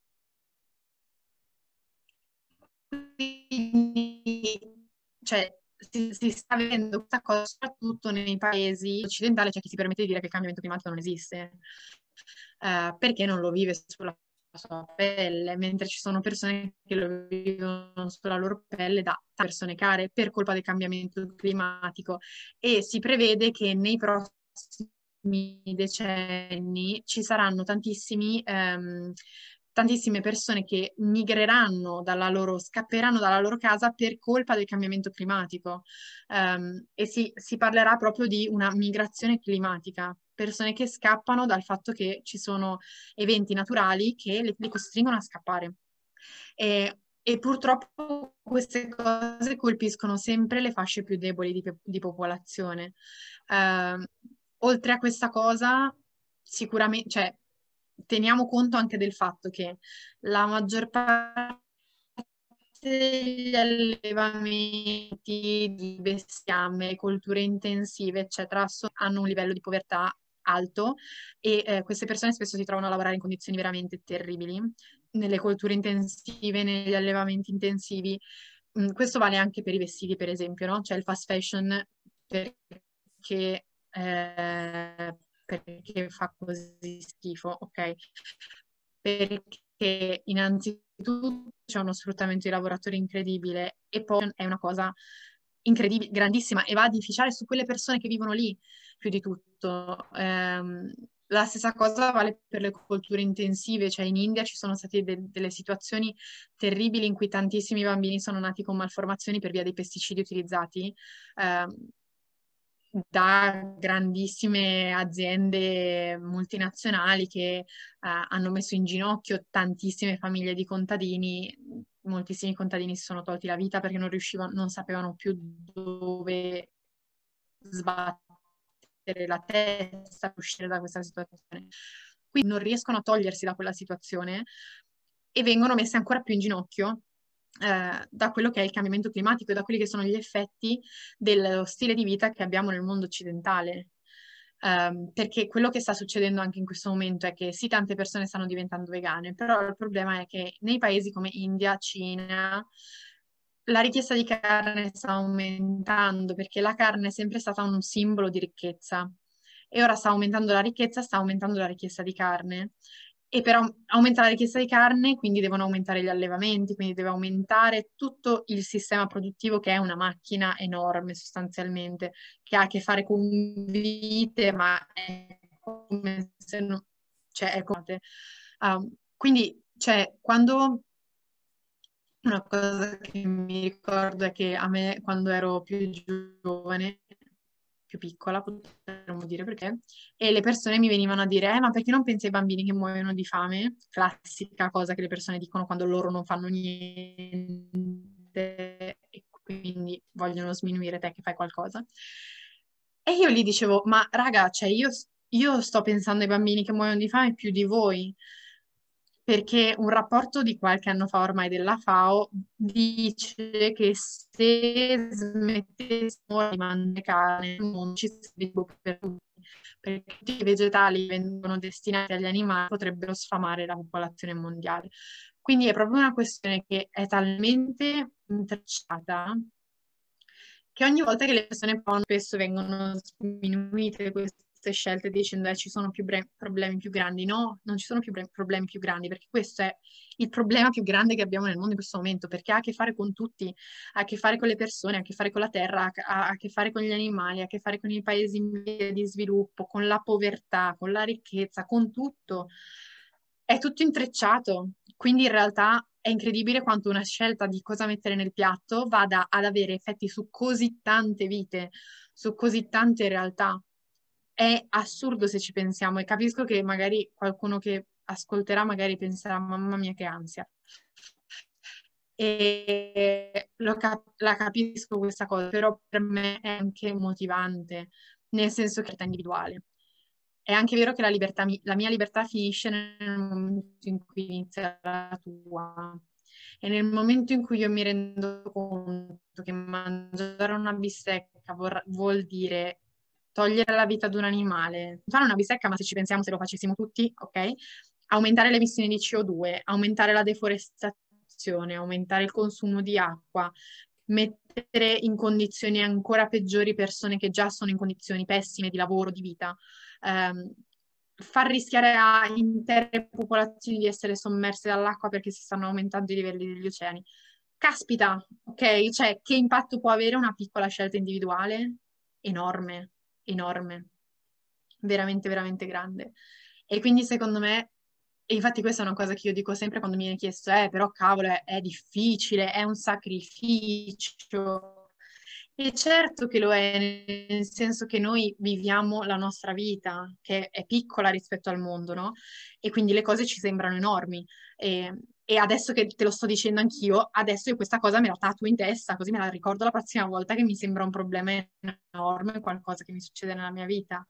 quindi, cioè, si, si sta vedendo questa cosa soprattutto nei paesi occidentali, c'è chi si permette di dire che il cambiamento climatico non esiste, eh, perché non lo vive sulla sua pelle, mentre ci sono persone che lo vivono sulla loro pelle da persone care per colpa del cambiamento climatico, e si prevede che nei prossimi decenni ci saranno tantissimi ehm, tantissime persone che migreranno dalla loro, scapperanno dalla loro casa per colpa del cambiamento climatico. Um, e si, si parlerà proprio di una migrazione climatica, persone che scappano dal fatto che ci sono eventi naturali che le, le costringono a scappare. E, e purtroppo queste cose colpiscono sempre le fasce più deboli di, di popolazione. Um, oltre a questa cosa, sicuramente, cioè, teniamo conto anche del fatto che la maggior parte degli allevamenti di bestiame, colture intensive, eccetera, so- hanno un livello di povertà alto e eh, queste persone spesso si trovano a lavorare in condizioni veramente terribili nelle colture intensive, negli allevamenti intensivi. Mm, questo vale anche per i vestiti, per esempio, no? C'è il fast fashion perché, eh, perché fa così schifo, ok? Perché innanzitutto c'è uno sfruttamento di lavoratori incredibile e poi è una cosa incredibile, grandissima, e va ad inficiare su quelle persone che vivono lì più di tutto. Ehm, la stessa cosa vale per le colture intensive, cioè in India ci sono state de- delle situazioni terribili in cui tantissimi bambini sono nati con malformazioni per via dei pesticidi utilizzati. Ehm, da grandissime aziende multinazionali che eh, hanno messo in ginocchio tantissime famiglie di contadini. Moltissimi contadini si sono tolti la vita perché non riuscivano, non sapevano più dove sbattere la testa per uscire da questa situazione. Quindi non riescono a togliersi da quella situazione e vengono messe ancora più in ginocchio eh, da quello che è il cambiamento climatico e da quelli che sono gli effetti dello stile di vita che abbiamo nel mondo occidentale. Um, perché quello che sta succedendo anche in questo momento è che sì, tante persone stanno diventando vegane, però il problema è che nei paesi come India, Cina, la richiesta di carne sta aumentando perché la carne è sempre stata un simbolo di ricchezza e ora sta aumentando la ricchezza, sta aumentando la richiesta di carne. E per au- aumentare la richiesta di carne, quindi devono aumentare gli allevamenti, quindi deve aumentare tutto il sistema produttivo che è una macchina enorme sostanzialmente, che ha a che fare con vite, ma è come se non... cioè, è come... Um, quindi, cioè, quando... Una cosa che mi ricordo è che a me, quando ero più giovane, più piccola, potremmo dire perché, e le persone mi venivano a dire, eh, ma perché non pensi ai bambini che muoiono di fame? Classica cosa che le persone dicono quando loro non fanno niente vogliono sminuire te che fai qualcosa. E io gli dicevo, ma raga, cioè io, io sto pensando ai bambini che muoiono di fame più di voi, perché un rapporto di qualche anno fa ormai della FAO dice che se smettessimo di mangiare carne nel mondo ci sarebbe per tutti, perché tutti i vegetali che vengono destinati agli animali potrebbero sfamare la popolazione mondiale. Quindi è proprio una questione che è talmente intrecciata che ogni volta che le persone parlano spesso vengono sminuite queste scelte dicendo che ci sono più bre- problemi più grandi. No, non ci sono più bre- problemi più grandi, perché questo è il problema più grande che abbiamo nel mondo in questo momento, perché ha a che fare con tutti, ha a che fare con le persone, ha a che fare con la terra, ha ha a che fare con gli animali, ha a che fare con i paesi in via di sviluppo, con la povertà, con la ricchezza, con tutto. È tutto intrecciato, quindi in realtà è incredibile quanto una scelta di cosa mettere nel piatto vada ad avere effetti su così tante vite, su così tante realtà. È assurdo se ci pensiamo e capisco che magari qualcuno che ascolterà magari penserà, mamma mia che ansia. E lo cap- la capisco questa cosa, però per me è anche motivante, nel senso che è individuale. È anche vero che la libertà mi- la mia libertà finisce nel momento in cui inizia la tua. E nel momento in cui io mi rendo conto che mangiare una bistecca vorr- vuol dire togliere la vita ad un animale, fare una bistecca, ma se ci pensiamo, se lo facessimo tutti, ok? Aumentare le emissioni di C O due, aumentare la deforestazione, aumentare il consumo di acqua, mettere in condizioni ancora peggiori persone che già sono in condizioni pessime di lavoro, di vita, ehm, far rischiare a intere popolazioni di essere sommerse dall'acqua perché si stanno aumentando i livelli degli oceani. Caspita, ok? Cioè, che impatto può avere una piccola scelta individuale? Enorme, enorme, veramente, veramente grande. E quindi secondo me, e infatti questa è una cosa che io dico sempre quando mi viene chiesto, eh, però cavolo, è, è difficile, è un sacrificio. E certo che lo è, nel senso che noi viviamo la nostra vita, che è piccola rispetto al mondo, no? E quindi le cose ci sembrano enormi. E, e adesso che te lo sto dicendo anch'io, adesso io questa cosa me la tatuo in testa, così me la ricordo la prossima volta che mi sembra un problema enorme, qualcosa che mi succede nella mia vita.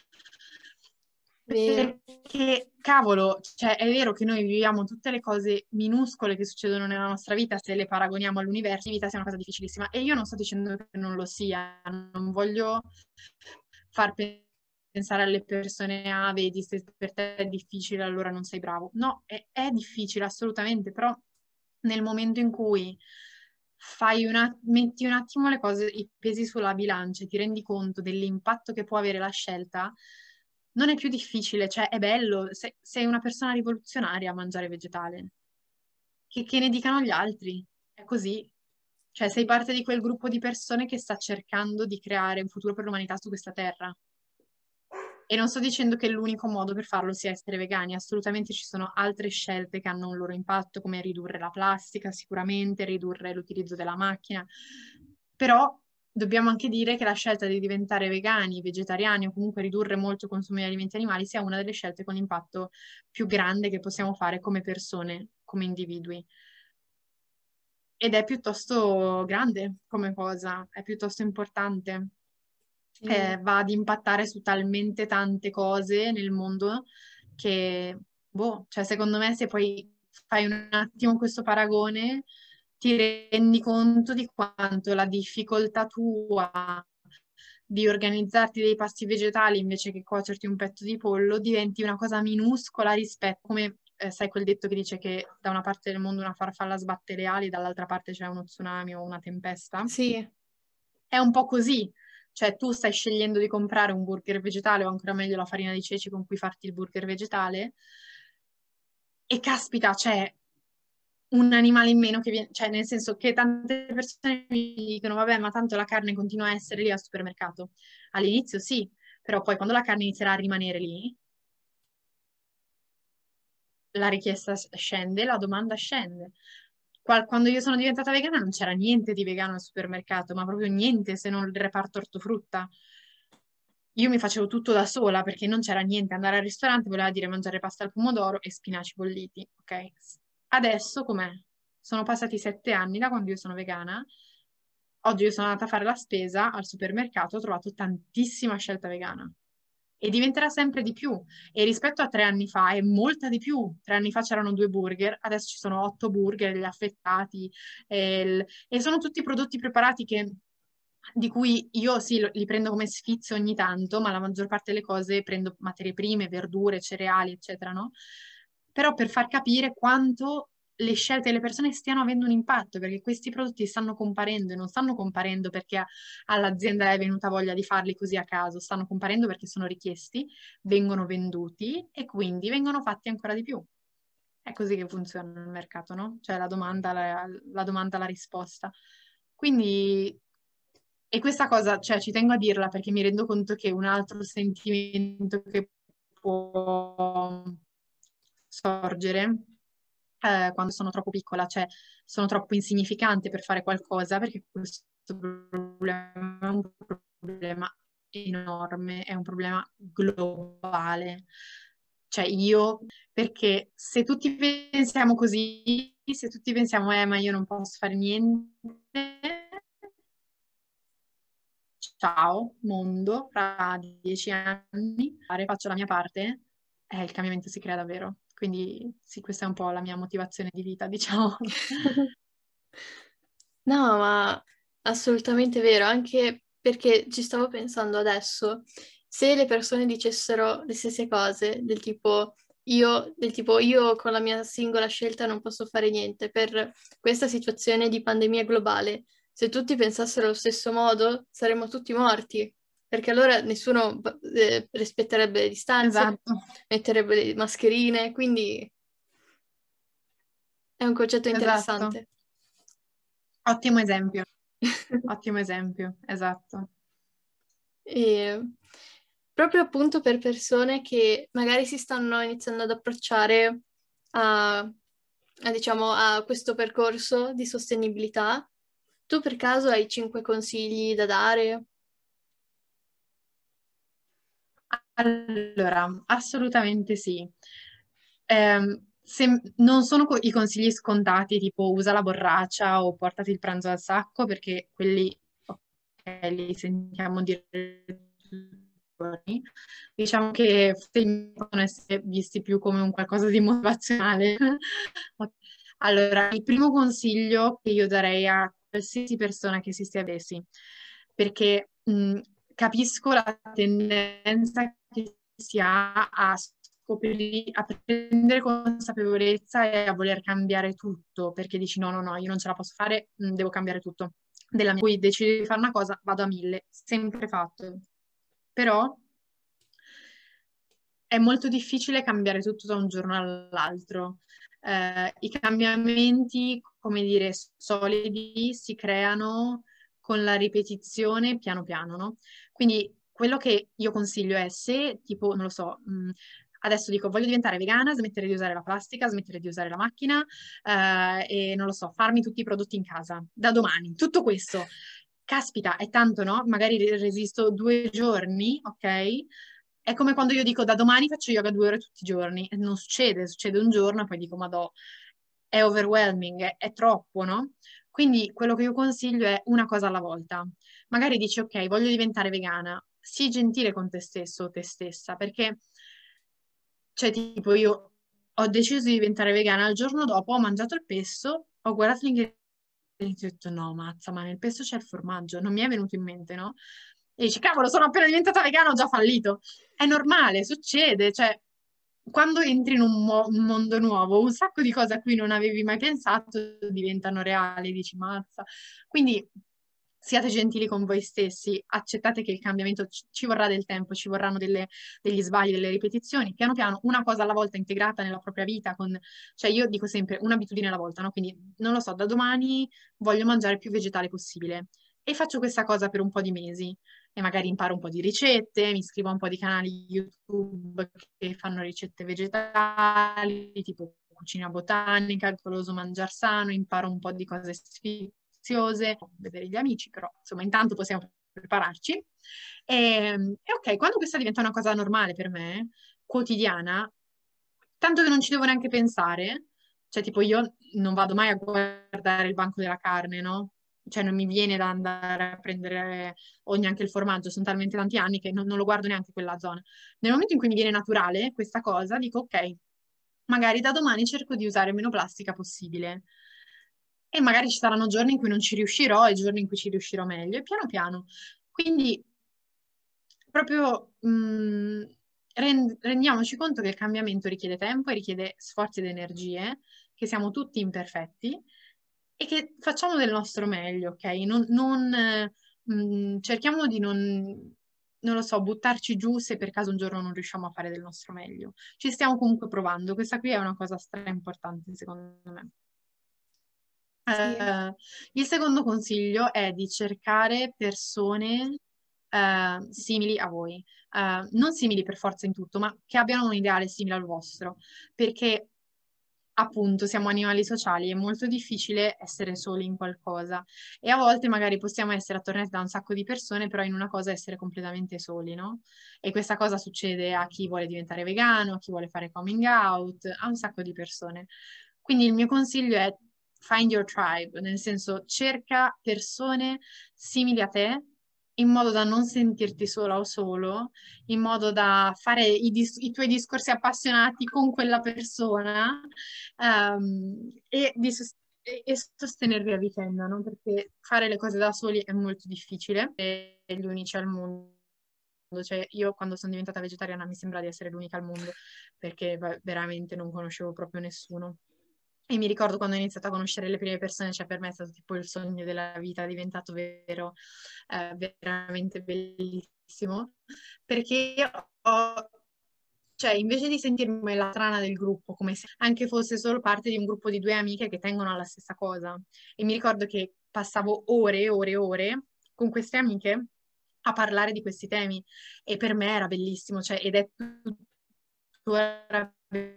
Vero. Perché, cavolo, cioè è vero che noi viviamo tutte le cose minuscole che succedono nella nostra vita, se le paragoniamo all'universo, la vita sia una cosa difficilissima. E io non sto dicendo che non lo sia, non voglio far pensare alle persone, ah, vedi, se per te è difficile, allora non sei bravo. No, è, è difficile assolutamente, però nel momento in cui fai una, metti un attimo le cose, i pesi sulla bilancia e ti rendi conto dell'impatto che può avere la scelta, non è più difficile, cioè è bello, se- sei una persona rivoluzionaria a mangiare vegetale. Che, che ne dicano gli altri, è così. Cioè sei parte di quel gruppo di persone che sta cercando di creare un futuro per l'umanità su questa terra. E non sto dicendo che l'unico modo per farlo sia essere vegani, assolutamente ci sono altre scelte che hanno un loro impatto, come ridurre la plastica, sicuramente, ridurre l'utilizzo della macchina, però dobbiamo anche dire che la scelta di diventare vegani, vegetariani o comunque ridurre molto il consumo di alimenti animali sia una delle scelte con impatto più grande che possiamo fare come persone, come individui. Ed è piuttosto grande come cosa, è piuttosto importante. Sì. Eh, va ad impattare su talmente tante cose nel mondo che, boh, cioè secondo me se poi fai un attimo questo paragone ti rendi conto di quanto la difficoltà tua di organizzarti dei pasti vegetali invece che cuocerti un petto di pollo diventi una cosa minuscola rispetto, come eh, sai quel detto che dice che da una parte del mondo una farfalla sbatte le ali, dall'altra parte c'è uno tsunami o una tempesta? Sì. È un po' così, cioè tu stai scegliendo di comprare un burger vegetale o ancora meglio la farina di ceci con cui farti il burger vegetale e caspita, c'è un animale in meno che viene, cioè nel senso che tante persone mi dicono vabbè ma tanto la carne continua a essere lì al supermercato. All'inizio sì, però poi quando la carne inizierà a rimanere lì, la richiesta scende, la domanda scende. Qua- Quando io sono diventata vegana non c'era niente di vegano al supermercato, ma proprio niente se non il reparto ortofrutta. Io mi facevo tutto da sola perché non c'era niente. Andare al ristorante voleva dire mangiare pasta al pomodoro e spinaci bolliti, ok? Adesso com'è? Sono passati sette anni da quando io sono vegana oggi io sono andata a fare la spesa al supermercato, ho trovato tantissima scelta vegana e diventerà sempre di più. E rispetto a tre anni fa è molta di più. Tre anni fa c'erano due burger, adesso ci sono otto burger, gli affettati, e, il- e sono tutti prodotti preparati che di cui io sì, lo- li prendo come sfizio ogni tanto, ma la maggior parte delle cose prendo materie prime, verdure, cereali, eccetera, no? Però per far capire quanto le scelte delle persone stiano avendo un impatto, perché questi prodotti stanno comparendo e non stanno comparendo perché all'azienda è venuta voglia di farli così a caso, stanno comparendo perché sono richiesti, vengono venduti e quindi vengono fatti ancora di più. È così che funziona il mercato, no? Cioè la domanda, la, la domanda, la risposta. Quindi, e questa cosa, cioè ci tengo a dirla perché mi rendo conto che un altro sentimento che può sorgere eh, quando sono troppo piccola, cioè sono troppo insignificante per fare qualcosa, perché questo problema è un problema enorme, è un problema globale. Cioè io, perché se tutti pensiamo così, se tutti pensiamo, eh, ma io non posso fare niente, ciao, mondo, fra dieci anni, fare- faccio la mia parte, eh, il cambiamento si crea davvero. Quindi sì, questa è un po' la mia motivazione di vita, diciamo. No, ma assolutamente vero, anche perché ci stavo pensando adesso, se le persone dicessero le stesse cose, del tipo io, del tipo io con la mia singola scelta non posso fare niente per questa situazione di pandemia globale, se tutti pensassero allo stesso modo, saremmo tutti morti, perché allora nessuno eh, rispetterebbe le distanze, Esatto, metterebbe le mascherine, quindi è un concetto esatto. interessante. Ottimo esempio, ottimo esempio, esatto. E proprio appunto per persone che magari si stanno iniziando ad approcciare a, a, diciamo, a questo percorso di sostenibilità, tu per caso hai cinque consigli da dare? Allora, assolutamente sì. Ehm, se non sono co- i consigli scontati, tipo usa la borraccia o portati il pranzo al sacco, perché quelli, ok, li sentiamo dire tutti i giorni. Diciamo che forse possono essere visti più come un qualcosa di motivazionale. Allora, il primo consiglio che io darei a qualsiasi persona che si stia avessi, perché mh, capisco la tendenza che si ha a scoprire, a prendere consapevolezza e a voler cambiare tutto, perché dici no, no, no, io non ce la posso fare, mh, devo cambiare tutto. Della mia. Poi decido di fare una cosa, vado a mille, sempre fatto. Però è molto difficile cambiare tutto da un giorno all'altro. Eh, i cambiamenti, come dire, solidi si creano con la ripetizione piano piano, no? Quindi quello che io consiglio è se, tipo, non lo so, mh, adesso dico voglio diventare vegana, smettere di usare la plastica, smettere di usare la macchina eh, e non lo so, farmi tutti i prodotti in casa da domani, tutto questo. Caspita, è tanto, no? Magari resisto due giorni, ok? È come quando io dico da domani faccio yoga due ore tutti i giorni. E non succede, succede un giorno e poi dico, madò, è overwhelming, è, è troppo, no? Quindi quello che io consiglio è una cosa alla volta. Magari dici, ok, voglio diventare vegana. Sii gentile con te stesso o te stessa, perché, cioè, tipo, io ho deciso di diventare vegana, il giorno dopo ho mangiato il pesto, ho guardato gli ingredienti e ho detto, no, mazza, ma nel pesto c'è il formaggio, non mi è venuto in mente, no? E dici, cavolo, sono appena diventata vegana, ho già fallito. È normale, succede, cioè, quando entri in un, mo- un mondo nuovo, un sacco di cose a cui non avevi mai pensato diventano reali, dici, mazza. Quindi siate gentili con voi stessi, accettate che il cambiamento ci, ci vorrà del tempo, ci vorranno delle- degli sbagli, delle ripetizioni, piano piano, una cosa alla volta integrata nella propria vita, con, cioè io dico sempre un'abitudine alla volta, no? Quindi, non lo so, da domani voglio mangiare più vegetale possibile e faccio questa cosa per un po' di mesi e magari imparo un po' di ricette, mi iscrivo a un po' di canali YouTube che fanno ricette vegetali, tipo cucina botanica, il goloso mangiar sano, imparo un po' di cose sfiziose, vedere gli amici, però insomma intanto possiamo prepararci. E, e ok, quando questa diventa una cosa normale per me, quotidiana, tanto che non ci devo neanche pensare, cioè tipo io non vado mai a guardare il banco della carne, no? cioè non mi viene da andare a prendere o neanche il formaggio, sono talmente tanti anni che non, non lo guardo neanche quella zona. Nel momento in cui mi viene naturale questa cosa, dico ok, magari da domani cerco di usare meno plastica possibile. E magari ci saranno giorni in cui non ci riuscirò e giorni in cui ci riuscirò meglio, e piano piano. Quindi proprio mh, rend- rendiamoci conto che il cambiamento richiede tempo e richiede sforzi ed energie, che siamo tutti imperfetti e che facciamo del nostro meglio, ok? Non, non, eh, mh, cerchiamo di non, non lo so, buttarci giù se per caso un giorno non riusciamo a fare del nostro meglio. Ci stiamo comunque provando. Questa qui è una cosa stra importante, secondo me. Sì. Eh, il secondo consiglio è di cercare persone eh, simili a voi. Eh, non simili per forza in tutto, ma che abbiano un ideale simile al vostro, perché appunto siamo animali sociali, è molto difficile essere soli in qualcosa e a volte magari possiamo essere attorniati da un sacco di persone, però in una cosa essere completamente soli, no? E questa cosa succede a chi vuole diventare vegano, a chi vuole fare coming out, a un sacco di persone. Quindi il mio consiglio è find your tribe, nel senso cerca persone simili a te in modo da non sentirti sola o solo, in modo da fare i, dis- i tuoi discorsi appassionati con quella persona ehm, e, di sos- e- e sostenervi a vicenda, no? Perché fare le cose da soli è molto difficile e gli unici al mondo. Cioè, io quando sono diventata vegetariana mi sembra di essere l'unica al mondo perché va- veramente non conoscevo proprio nessuno. E mi ricordo quando ho iniziato a conoscere le prime persone, cioè per me è stato tipo il sogno della vita, è diventato vero, eh, veramente bellissimo, perché ho, cioè invece di sentirmi come la strana del gruppo, come se anche fosse solo parte di un gruppo di due amiche che tengono alla stessa cosa. E mi ricordo che passavo ore e ore e ore con queste amiche a parlare di questi temi e per me era bellissimo, cioè, ed è tuttora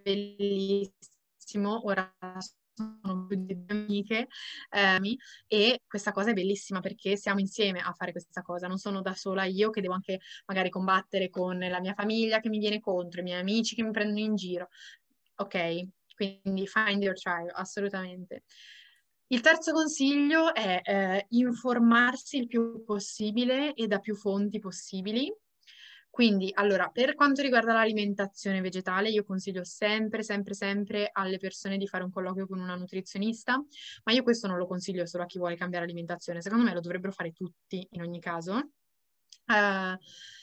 bellissimo, ora sono più di due amiche, ehm, e questa cosa è bellissima perché siamo insieme a fare questa cosa, non sono da sola io che devo anche magari combattere con la mia famiglia che mi viene contro, i miei amici che mi prendono in giro. Ok, quindi find your tribe, assolutamente. Il terzo consiglio è eh, informarsi il più possibile e da più fonti possibili. Quindi, allora, per quanto riguarda l'alimentazione vegetale, io consiglio sempre, sempre, sempre alle persone di fare un colloquio con una nutrizionista, ma io questo non lo consiglio solo a chi vuole cambiare alimentazione, secondo me lo dovrebbero fare tutti in ogni caso. Eh,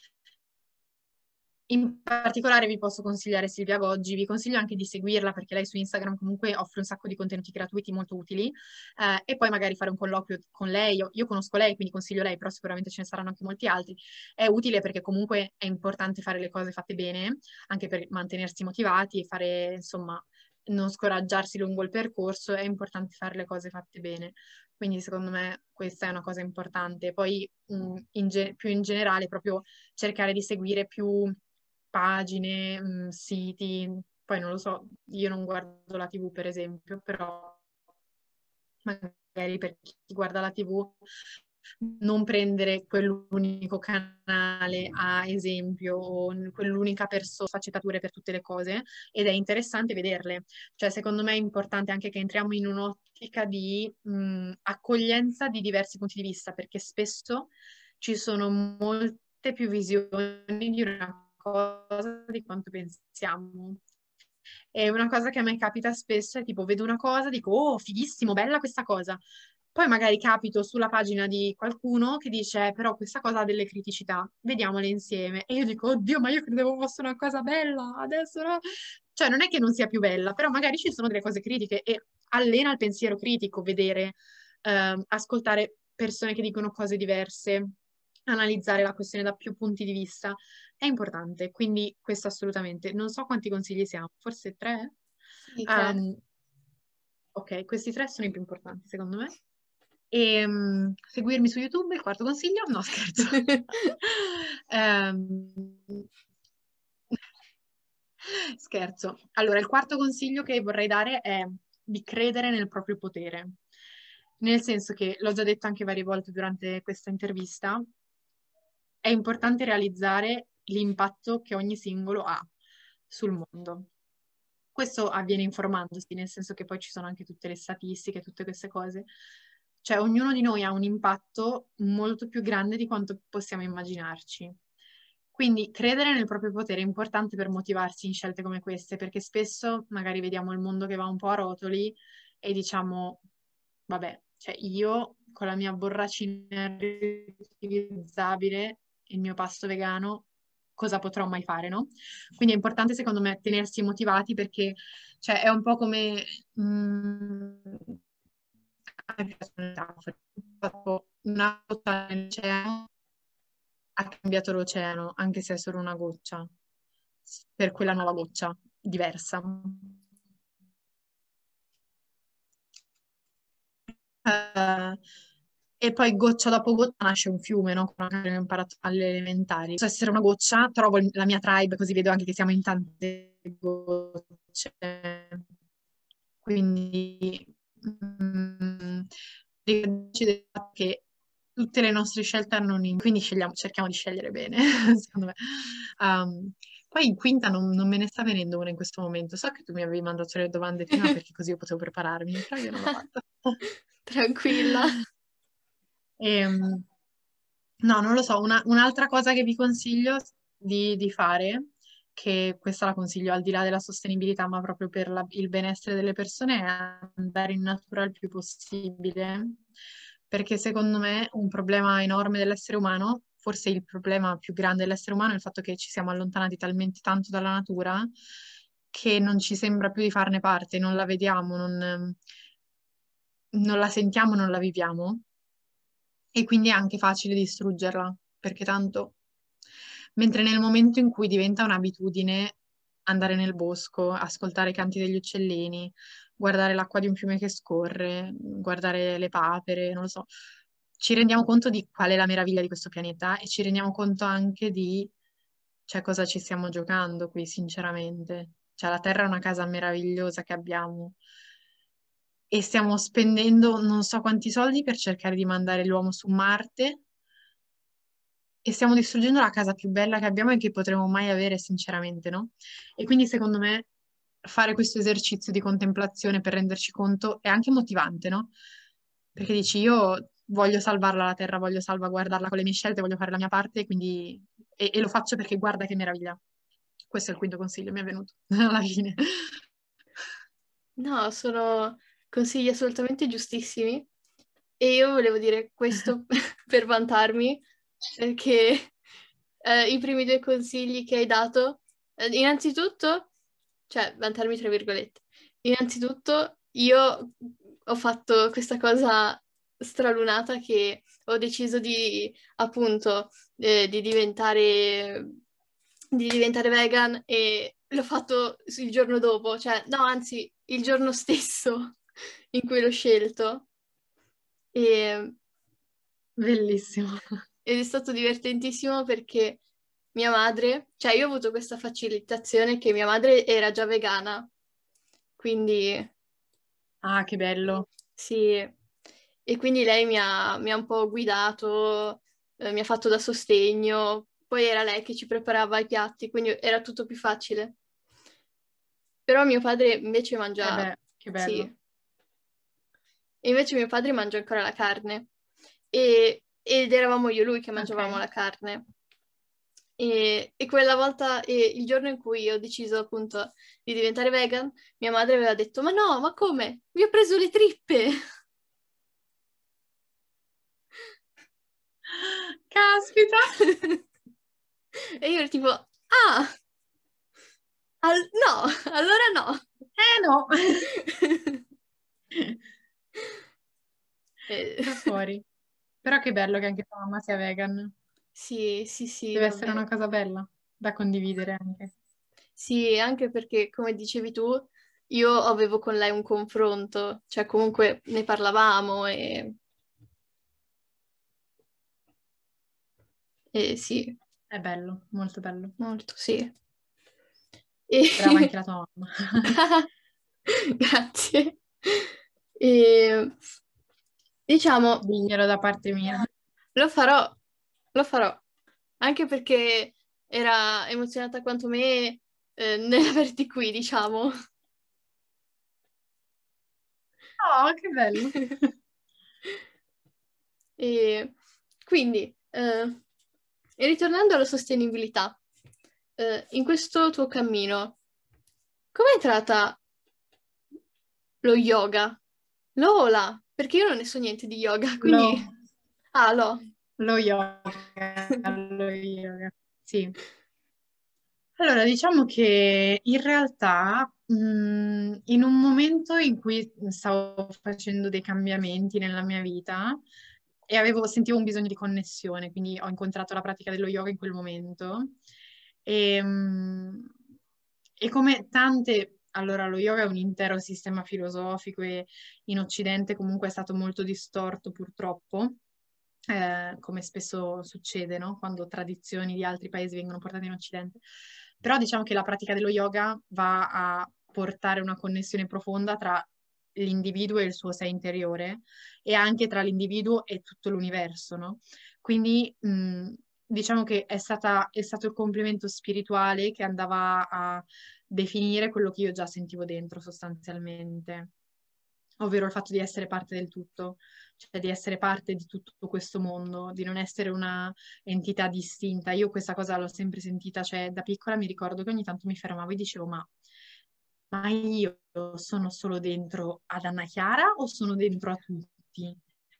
In particolare vi posso consigliare Silvia Goggi, vi consiglio anche di seguirla perché lei su Instagram comunque offre un sacco di contenuti gratuiti molto utili eh, e poi magari fare un colloquio con lei. Io, io conosco lei, quindi consiglio lei, però sicuramente ce ne saranno anche molti altri. È utile perché comunque è importante fare le cose fatte bene, anche per mantenersi motivati e fare, insomma, non scoraggiarsi lungo il percorso, è importante fare le cose fatte bene. Quindi secondo me questa è una cosa importante. Poi mh, in ge- più in generale proprio cercare di seguire più pagine, mh, siti, poi non lo so, io non guardo la T V per esempio, però magari per chi guarda la T V non prendere quell'unico canale a esempio o quell'unica persona, sfaccettature per tutte le cose ed è interessante vederle. Cioè, secondo me è importante anche che entriamo in un'ottica di mh, accoglienza di diversi punti di vista, perché spesso ci sono molte più visioni di una cosa di quanto pensiamo. E una cosa che a me capita spesso è tipo, vedo una cosa, dico, oh, fighissimo, bella questa cosa. Poi magari capito sulla pagina di qualcuno che dice, "Eh, però questa cosa ha delle criticità, vediamole insieme." E io dico, oddio, ma io credevo fosse una cosa bella, adesso no. Cioè, non è che non sia più bella, però magari ci sono delle cose critiche e allena il pensiero critico, vedere, ehm, ascoltare persone che dicono cose diverse, analizzare la questione da più punti di vista è importante, quindi questo assolutamente. Non so quanti consigli siamo, forse tre? Sì, tre. Um, ok, questi tre sono i più importanti secondo me. E, um, seguirmi su YouTube, il quarto consiglio? No, scherzo. Ehm, Scherzo. Allora, il quarto consiglio che vorrei dare è di credere nel proprio potere. Nel senso che, l'ho già detto anche varie volte durante questa intervista, è importante realizzare l'impatto che ogni singolo ha sul mondo. Questo avviene informandosi, nel senso che poi ci sono anche tutte le statistiche, tutte queste cose. cioè ognuno di noi ha un impatto molto più grande di quanto possiamo immaginarci. Quindi credere nel proprio potere è importante per motivarsi in scelte come queste, perché spesso magari vediamo il mondo che va un po' a rotoli e diciamo, vabbè, cioè io con la mia borracina riutilizzabile e il mio pasto vegano, cosa potrò mai fare, no? Quindi è importante secondo me tenersi motivati perché cioè, è un po' come... mm, a me piacciono le metafore. Proprio una goccia nell'oceano ha cambiato l'oceano, anche se è solo una goccia, per quella nuova goccia diversa. Eh, e poi goccia dopo goccia nasce un fiume, no? Come abbiamo imparato alle elementari. Posso essere una goccia, trovo il- la mia tribe, così vedo anche che siamo in tante gocce. Quindi mm, ricordiamoci del fatto che tutte le nostre scelte hanno un... quindi scegliamo- cerchiamo di scegliere bene, secondo me. Um, poi in quinta non, non me ne sta venendo una in questo momento. So che tu mi avevi mandato le domande prima perché così io potevo prepararmi, però io non l'ho fatto. Tranquilla. Ehm, no, non lo so, una- un'altra cosa che vi consiglio di, di fare, che questa la consiglio al di là della sostenibilità, ma proprio per la- il benessere delle persone, è andare in natura il più possibile, perché secondo me un problema enorme dell'essere umano, forse il problema più grande dell'essere umano, è il fatto che ci siamo allontanati talmente tanto dalla natura che non ci sembra più di farne parte, non la vediamo, non non la sentiamo, non la viviamo e quindi è anche facile distruggerla, perché tanto, mentre nel momento in cui diventa un'abitudine andare nel bosco, ascoltare i canti degli uccellini, guardare l'acqua di un fiume che scorre, guardare le papere, non lo so, ci rendiamo conto di qual è la meraviglia di questo pianeta e ci rendiamo conto anche di, cioè, cosa ci stiamo giocando qui, sinceramente. Cioè, la Terra è una casa meravigliosa che abbiamo e stiamo spendendo non so quanti soldi per cercare di mandare l'uomo su Marte e stiamo distruggendo la casa più bella che abbiamo e che potremo mai avere, sinceramente, no? E quindi secondo me fare questo esercizio di contemplazione per renderci conto è anche motivante, no? Perché dici io voglio salvarla la Terra, voglio salvaguardarla con le mie scelte, voglio fare la mia parte, quindi... e, e lo faccio perché guarda che meraviglia. Questo è il quinto consiglio, mi è venuto alla fine. No, sono consigli assolutamente giustissimi e io volevo dire questo per vantarmi perché eh, i primi due consigli che hai dato, eh, innanzitutto, cioè vantarmi tra virgolette, innanzitutto io ho fatto questa cosa stralunata che ho deciso di appunto eh, di diventare di diventare vegan e l'ho fatto il giorno dopo, cioè no, anzi, il giorno stesso in cui l'ho scelto. E, Bellissimo. ed è stato divertentissimo perché mia madre, cioè io ho avuto questa facilitazione che mia madre era già vegana, quindi Ah, che bello. sì, e quindi lei mi ha, mi ha un po' guidato, eh, mi ha fatto da sostegno, poi era lei che ci preparava i piatti, quindi era tutto più facile. Però mio padre invece Eh mangia, beh, che sì, bello. e invece mio padre mangia ancora la carne. E- ed eravamo io e lui che mangiavamo Ok. la carne. E, e quella volta, e il giorno in cui ho deciso appunto di diventare vegan, mia madre aveva detto: Ma no, ma come? Vi ho preso le trippe! Caspita. E io ero tipo: Ah, al- no, allora no. Eh no. E- Da fuori. Però che bello che anche tua mamma sia vegan. Sì, sì, sì, Deve essere davvero. una cosa bella da condividere anche. Sì, anche perché, come dicevi tu, io avevo con lei un confronto, cioè comunque ne parlavamo e, e sì, È bello, molto bello. molto, sì. Brava E... anche la tua mamma. Grazie. E, diciamo, Diglielo da parte mia. lo farò, lo farò, anche perché era emozionata quanto me eh, nell'averti qui, diciamo. Oh, che bello. E quindi, eh, e ritornando alla sostenibilità, eh, in questo tuo cammino, come è entrata lo yoga? Lo o la? Perché io non ne so niente di yoga, Lo, quindi... Ah, lo. lo yoga, lo yoga, sì. Allora, diciamo che in realtà, mh, in un momento in cui stavo facendo dei cambiamenti nella mia vita e avevo, sentivo un bisogno di connessione, quindi ho incontrato la pratica dello yoga in quel momento. E, mh, e come tante, allora lo yoga è un intero sistema filosofico e in Occidente comunque è stato molto distorto purtroppo. Eh, come spesso succede, no? Quando tradizioni di altri paesi vengono portate in Occidente. Però diciamo che la pratica dello yoga va a portare una connessione profonda tra l'individuo e il suo sé interiore e anche tra l'individuo e tutto l'universo, no? Quindi mh, diciamo che è stata, è stato il complemento spirituale che andava a definire quello che io già sentivo dentro sostanzialmente, ovvero il fatto di essere parte del tutto, cioè di essere parte di tutto questo mondo, di non essere una entità distinta. Io questa cosa l'ho sempre sentita, cioè da piccola mi ricordo che ogni tanto mi fermavo e dicevo, ma, ma io sono solo dentro ad Anna Chiara o sono dentro a tutti?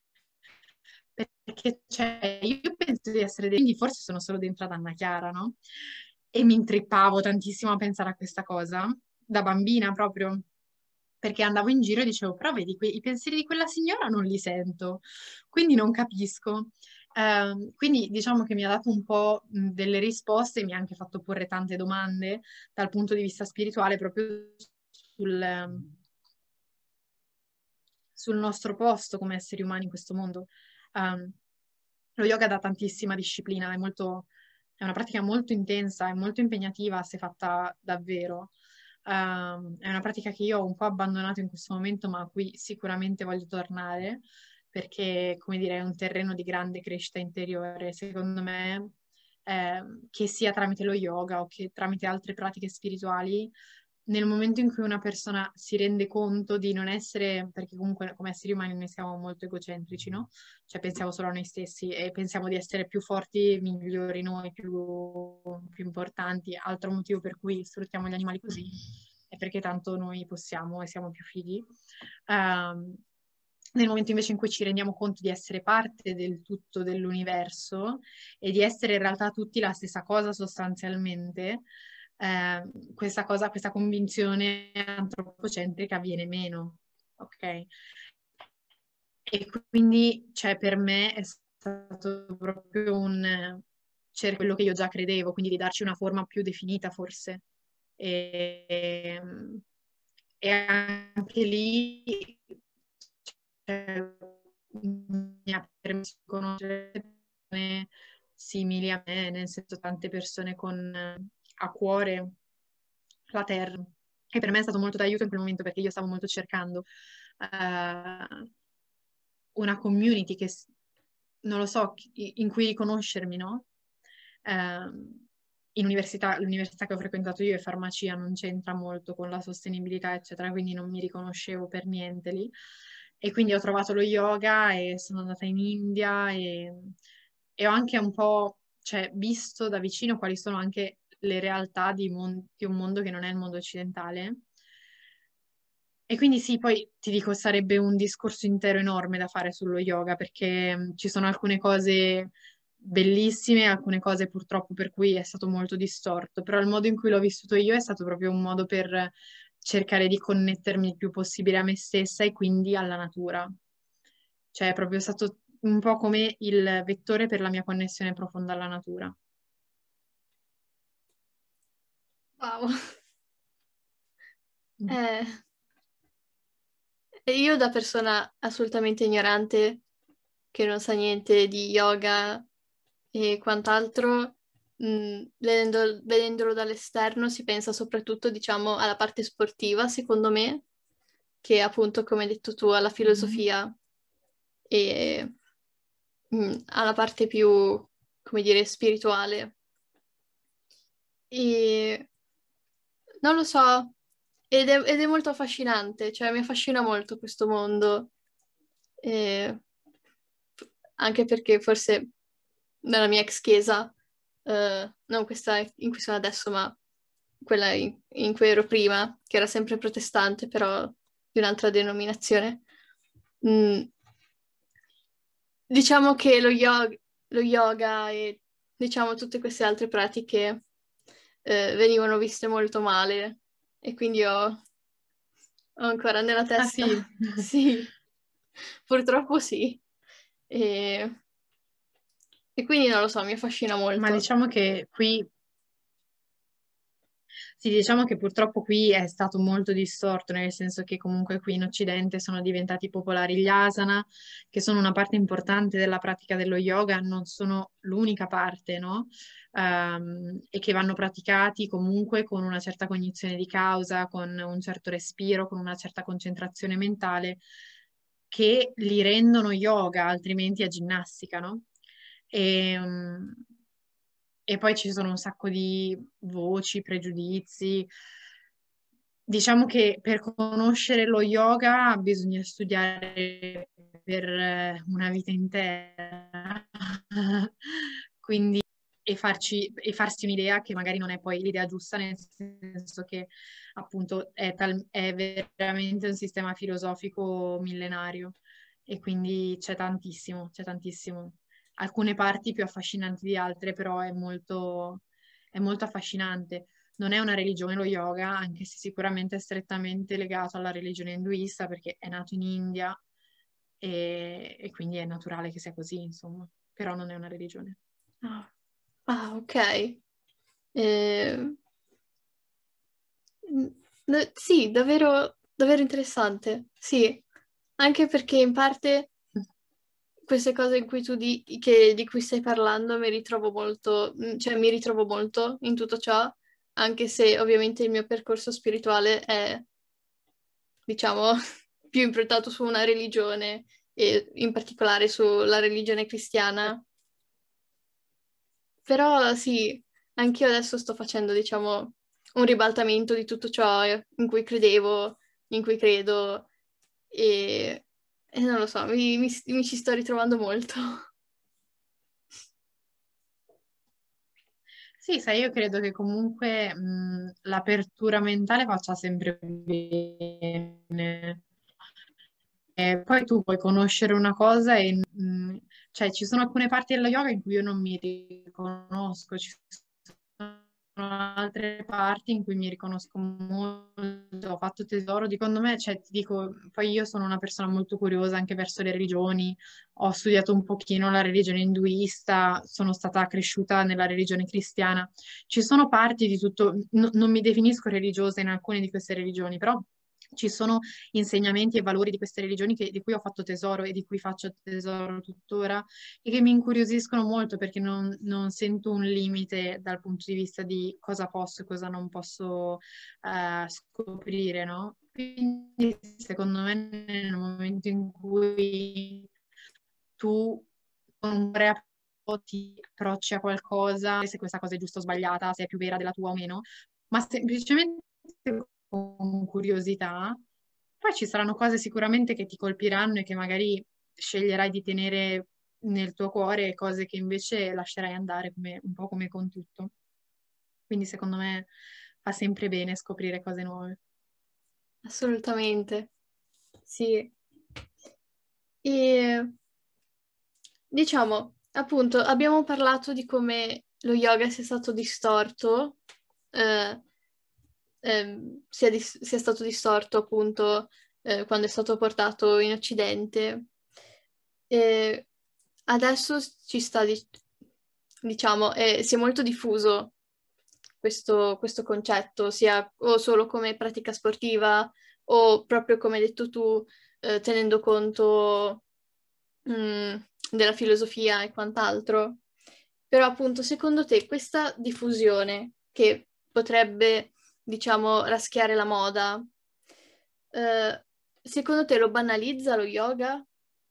Perché cioè, io penso di essere dentro, quindi forse sono solo dentro ad Anna Chiara, no? E mi intrippavo tantissimo a pensare a questa cosa, da bambina proprio, perché andavo in giro e dicevo, però vedi, que- i pensieri di quella signora non li sento, quindi non capisco. Ehm, quindi diciamo che mi ha dato un po' mh, delle risposte e mi ha anche fatto porre tante domande dal punto di vista spirituale proprio sul, ehm, sul nostro posto come esseri umani in questo mondo. Ehm, lo yoga dà tantissima disciplina, è molto, è una pratica molto intensa, è molto impegnativa se fatta davvero. Ehm, è una pratica che io ho un po' abbandonato in questo momento, ma a cui sicuramente voglio tornare, perché, come dire, è un terreno di grande crescita interiore. Secondo me, ehm, che sia tramite lo yoga o che tramite altre pratiche spirituali, nel momento in cui una persona si rende conto di non essere, perché comunque come esseri umani noi siamo molto egocentrici, no? Cioè pensiamo solo a noi stessi e pensiamo di essere più forti, migliori noi, più, più importanti. Altro motivo per cui sfruttiamo gli animali così è perché tanto noi possiamo e siamo più fighi. Um, nel momento invece in cui ci rendiamo conto di essere parte del tutto dell'universo e di essere in realtà tutti la stessa cosa sostanzialmente, eh, questa cosa, questa convinzione antropocentrica viene meno, ok? E quindi, cioè, per me è stato proprio un cercare quello che io già credevo, quindi di darci una forma più definita forse. E, e anche lì cioè, mi ha permesso di conoscere persone simili a me, nel senso tante persone con a cuore la terra. E per me è stato molto d'aiuto in quel momento perché io stavo molto cercando eh, una community che, s- non lo so, chi- in cui riconoscermi, no? Ehm, in università, l'università che ho frequentato io è farmacia, non c'entra molto con la sostenibilità, eccetera, quindi non mi riconoscevo per niente lì. E quindi ho trovato lo yoga e sono andata in India e, e ho anche un po', cioè, visto da vicino quali sono anche le realtà di, mon- di un mondo che non è il mondo occidentale. E quindi sì, poi ti dico, sarebbe un discorso intero enorme da fare sullo yoga, perché mh, ci sono alcune cose bellissime, alcune cose purtroppo per cui è stato molto distorto, però il modo in cui l'ho vissuto io è stato proprio un modo per cercare di connettermi il più possibile a me stessa e quindi alla natura. Cioè è proprio stato un po' come il vettore per la mia connessione profonda alla natura. Wow. Eh, e io da persona assolutamente ignorante, che non sa niente di yoga e quant'altro, mh, vedendo- vedendolo dall'esterno si pensa soprattutto, diciamo, alla parte sportiva, secondo me, che appunto, come hai detto tu, alla Mhm. filosofia e mh, alla parte più, come dire, spirituale. E non lo so, ed è, ed è molto affascinante, cioè mi affascina molto questo mondo. E anche perché forse nella mia ex chiesa, eh, non questa in cui sono adesso, ma quella in, in cui ero prima, che era sempre protestante, però di un'altra denominazione, mm, diciamo che lo yoga, lo yoga e diciamo tutte queste altre pratiche eh, venivano viste molto male e quindi ho, ho ancora nella Ah testa, sì, sì, purtroppo sì. E, e quindi non lo so, mi affascina ma molto. diciamo che qui Sì, diciamo che purtroppo qui è stato molto distorto, nel senso che comunque qui in Occidente sono diventati popolari gli asana, che sono una parte importante della pratica dello yoga, non sono l'unica parte, no? Ehm, e che vanno praticati comunque con una certa cognizione di causa, con un certo respiro, con una certa concentrazione mentale, che li rendono yoga, altrimenti è ginnastica, no? E, e poi ci sono un sacco di voci, pregiudizi. Diciamo che per conoscere lo yoga bisogna studiare per eh, una vita intera. Quindi, e farci, e farsi un'idea che magari non è poi l'idea giusta, nel senso che appunto è, tal- è veramente un sistema filosofico millenario e quindi c'è tantissimo, c'è tantissimo. Alcune parti più affascinanti di altre, però è molto, è molto affascinante. Non è una religione lo yoga, anche se sicuramente è strettamente legato alla religione induista perché è nato in India e, e quindi è naturale che sia così, insomma, però non è una religione. Ah, ah, ok. Eh, mm, no- sì, davvero, davvero interessante. Sì, anche perché in parte queste cose in cui tu di, che- di cui stai parlando mi ritrovo molto, mm, cioè mi ritrovo molto in tutto ciò, anche se ovviamente il mio percorso spirituale è, diciamo, più improntato su una religione e in particolare sulla religione cristiana. Però sì, anch'io adesso sto facendo, diciamo, un ribaltamento di tutto ciò in cui credevo, in cui credo e, e non lo so, mi, mi- mi ci sto ritrovando molto. Sì, sai, io credo che comunque mh, l'apertura mentale faccia sempre bene. E poi tu puoi conoscere una cosa e, mh, cioè, ci sono alcune parti dello yoga in cui io non mi riconosco, ci sono altre parti in cui mi riconosco molto, ho fatto tesoro di, secondo me, cioè, ti dico, poi io sono una persona molto curiosa anche verso le religioni, ho studiato un pochino la religione induista, sono stata cresciuta nella religione cristiana, ci sono parti di tutto, no- non mi definisco religiosa in alcune di queste religioni, però ci sono insegnamenti e valori di queste religioni che- di cui ho fatto tesoro e di cui faccio tesoro tuttora e che mi incuriosiscono molto perché non, non sento un limite dal punto di vista di cosa posso e cosa non posso eh, scoprire, no? Quindi secondo me nel momento in cui tu con un cuore aperto ti approcci a qualcosa, se questa cosa è giusta o sbagliata, se è più vera della tua o meno, ma semplicemente con curiosità, poi ci saranno cose sicuramente che ti colpiranno e che magari sceglierai di tenere nel tuo cuore e cose che invece lascerai andare, come- un po' come con tutto. Quindi secondo me fa sempre bene scoprire cose nuove. Assolutamente, sì. E diciamo, appunto, abbiamo parlato di come lo yoga sia stato distorto, eh, ehm, sia, dis- sia stato distorto appunto eh, quando è stato portato in Occidente. E adesso ci sta, di- diciamo, eh, si è molto diffuso questo, questo concetto, sia o solo come pratica sportiva o proprio come hai detto tu, eh, tenendo conto, mh, della filosofia e quant'altro. Però appunto, secondo te, questa diffusione che potrebbe, diciamo, raschiare la moda, eh, secondo te lo banalizza lo yoga?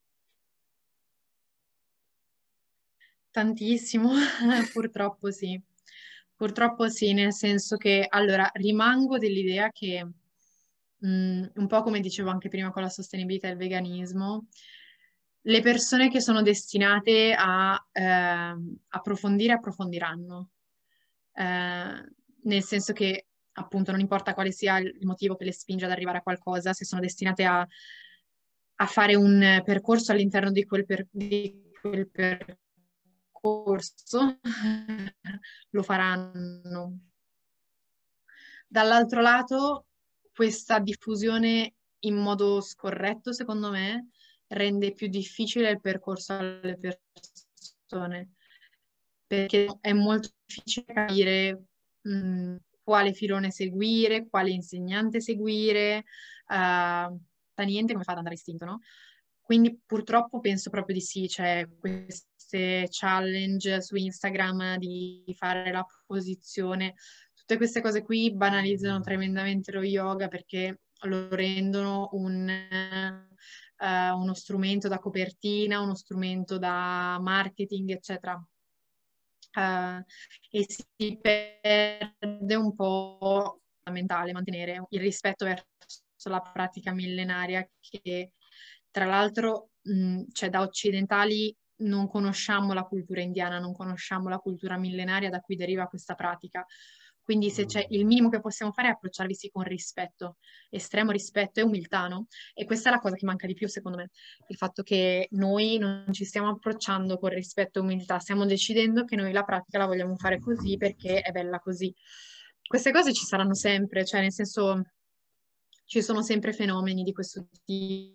Tantissimo, purtroppo sì. Purtroppo sì, nel senso che allora rimango dell'idea che mh, un po' come dicevo anche prima con la sostenibilità e il veganismo, le persone che sono destinate a ehm, approfondire, approfondiranno. Eh, nel senso che, appunto, non importa quale sia il motivo che le spinge ad arrivare a qualcosa, se sono destinate a, a fare un percorso all'interno di quel, per- di quel percorso, lo faranno. Dall'altro lato, questa diffusione in modo scorretto, secondo me, rende più difficile il percorso alle persone, perché è molto difficile capire mh, quale filone seguire, quale insegnante seguire, uh, fa niente come fa ad andare istinto, no? Quindi purtroppo penso proprio di sì, cioè queste challenge su Instagram di fare la posizione, tutte queste cose qui banalizzano tremendamente lo yoga perché lo rendono un, eh, uno strumento da copertina, uno strumento da marketing, eccetera. Uh, e si perde un po' fondamentale mantenere il rispetto verso la pratica millenaria che tra l'altro mh, cioè da occidentali non conosciamo la cultura indiana, non conosciamo la cultura millenaria da cui deriva questa pratica. Quindi se c'è il minimo che possiamo fare è approcciarvi con rispetto, estremo rispetto e umiltà, no? E questa è la cosa che manca di più, secondo me, il fatto che noi non ci stiamo approcciando con rispetto e umiltà, stiamo decidendo che noi la pratica la vogliamo fare così perché è bella così. Queste cose ci saranno sempre, cioè nel senso ci sono sempre fenomeni di questo tipo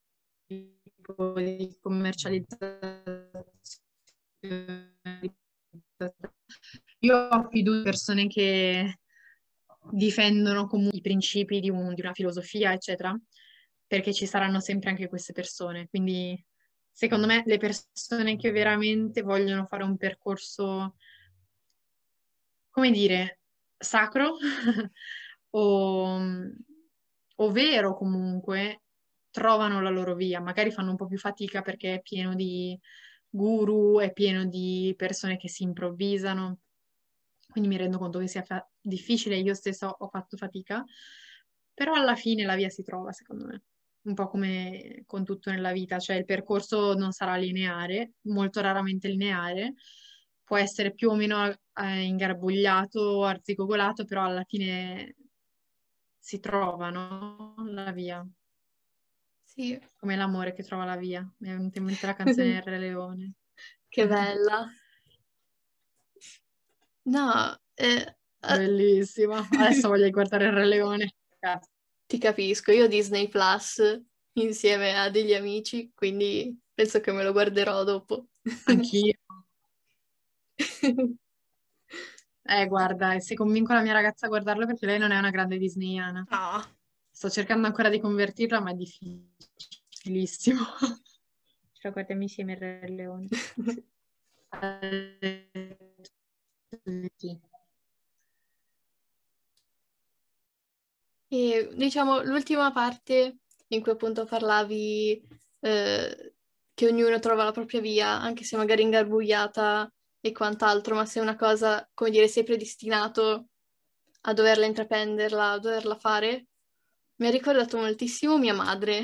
di commercializzazione. Io ho fiducia in persone che difendono comunque i principi di, un- di una filosofia, eccetera, perché ci saranno sempre anche queste persone. Quindi, secondo me, le persone che veramente vogliono fare un percorso, come dire, sacro o, o vero comunque, trovano la loro via. Magari fanno un po' più fatica perché è pieno di guru, è pieno di persone che si improvvisano. Quindi mi rendo conto che sia fa- difficile, io stessa ho fatto fatica, però alla fine la via si trova, secondo me. Un po' come con tutto nella vita, cioè il percorso non sarà lineare, molto raramente lineare, può essere più o meno eh, ingarbugliato, arzigogolato, però alla fine si trova, no? La via, Sì, come l'amore che trova la via. Mi è venuta in mente la canzone del Re Leone. che bella. No, eh, eh, Bellissima. Adesso voglio guardare il Re Leone. Cazzo. ti capisco, io ho Disney Plus insieme a degli amici, quindi penso che me lo guarderò dopo. Anch'io. Eh, guarda, se convinco la mia ragazza a guardarlo perché lei non è una grande disneyana. Ah, Sto cercando ancora di convertirla, ma è difficilissimo. Ce la guardiamo insieme il Re Leone. Sì. E diciamo l'ultima parte in cui appunto parlavi eh, che ognuno trova la propria via, anche se magari ingarbugliata e quant'altro, ma se è una cosa, come dire, sei predestinato a doverla intraprenderla, a doverla fare, mi ha ricordato moltissimo mia madre.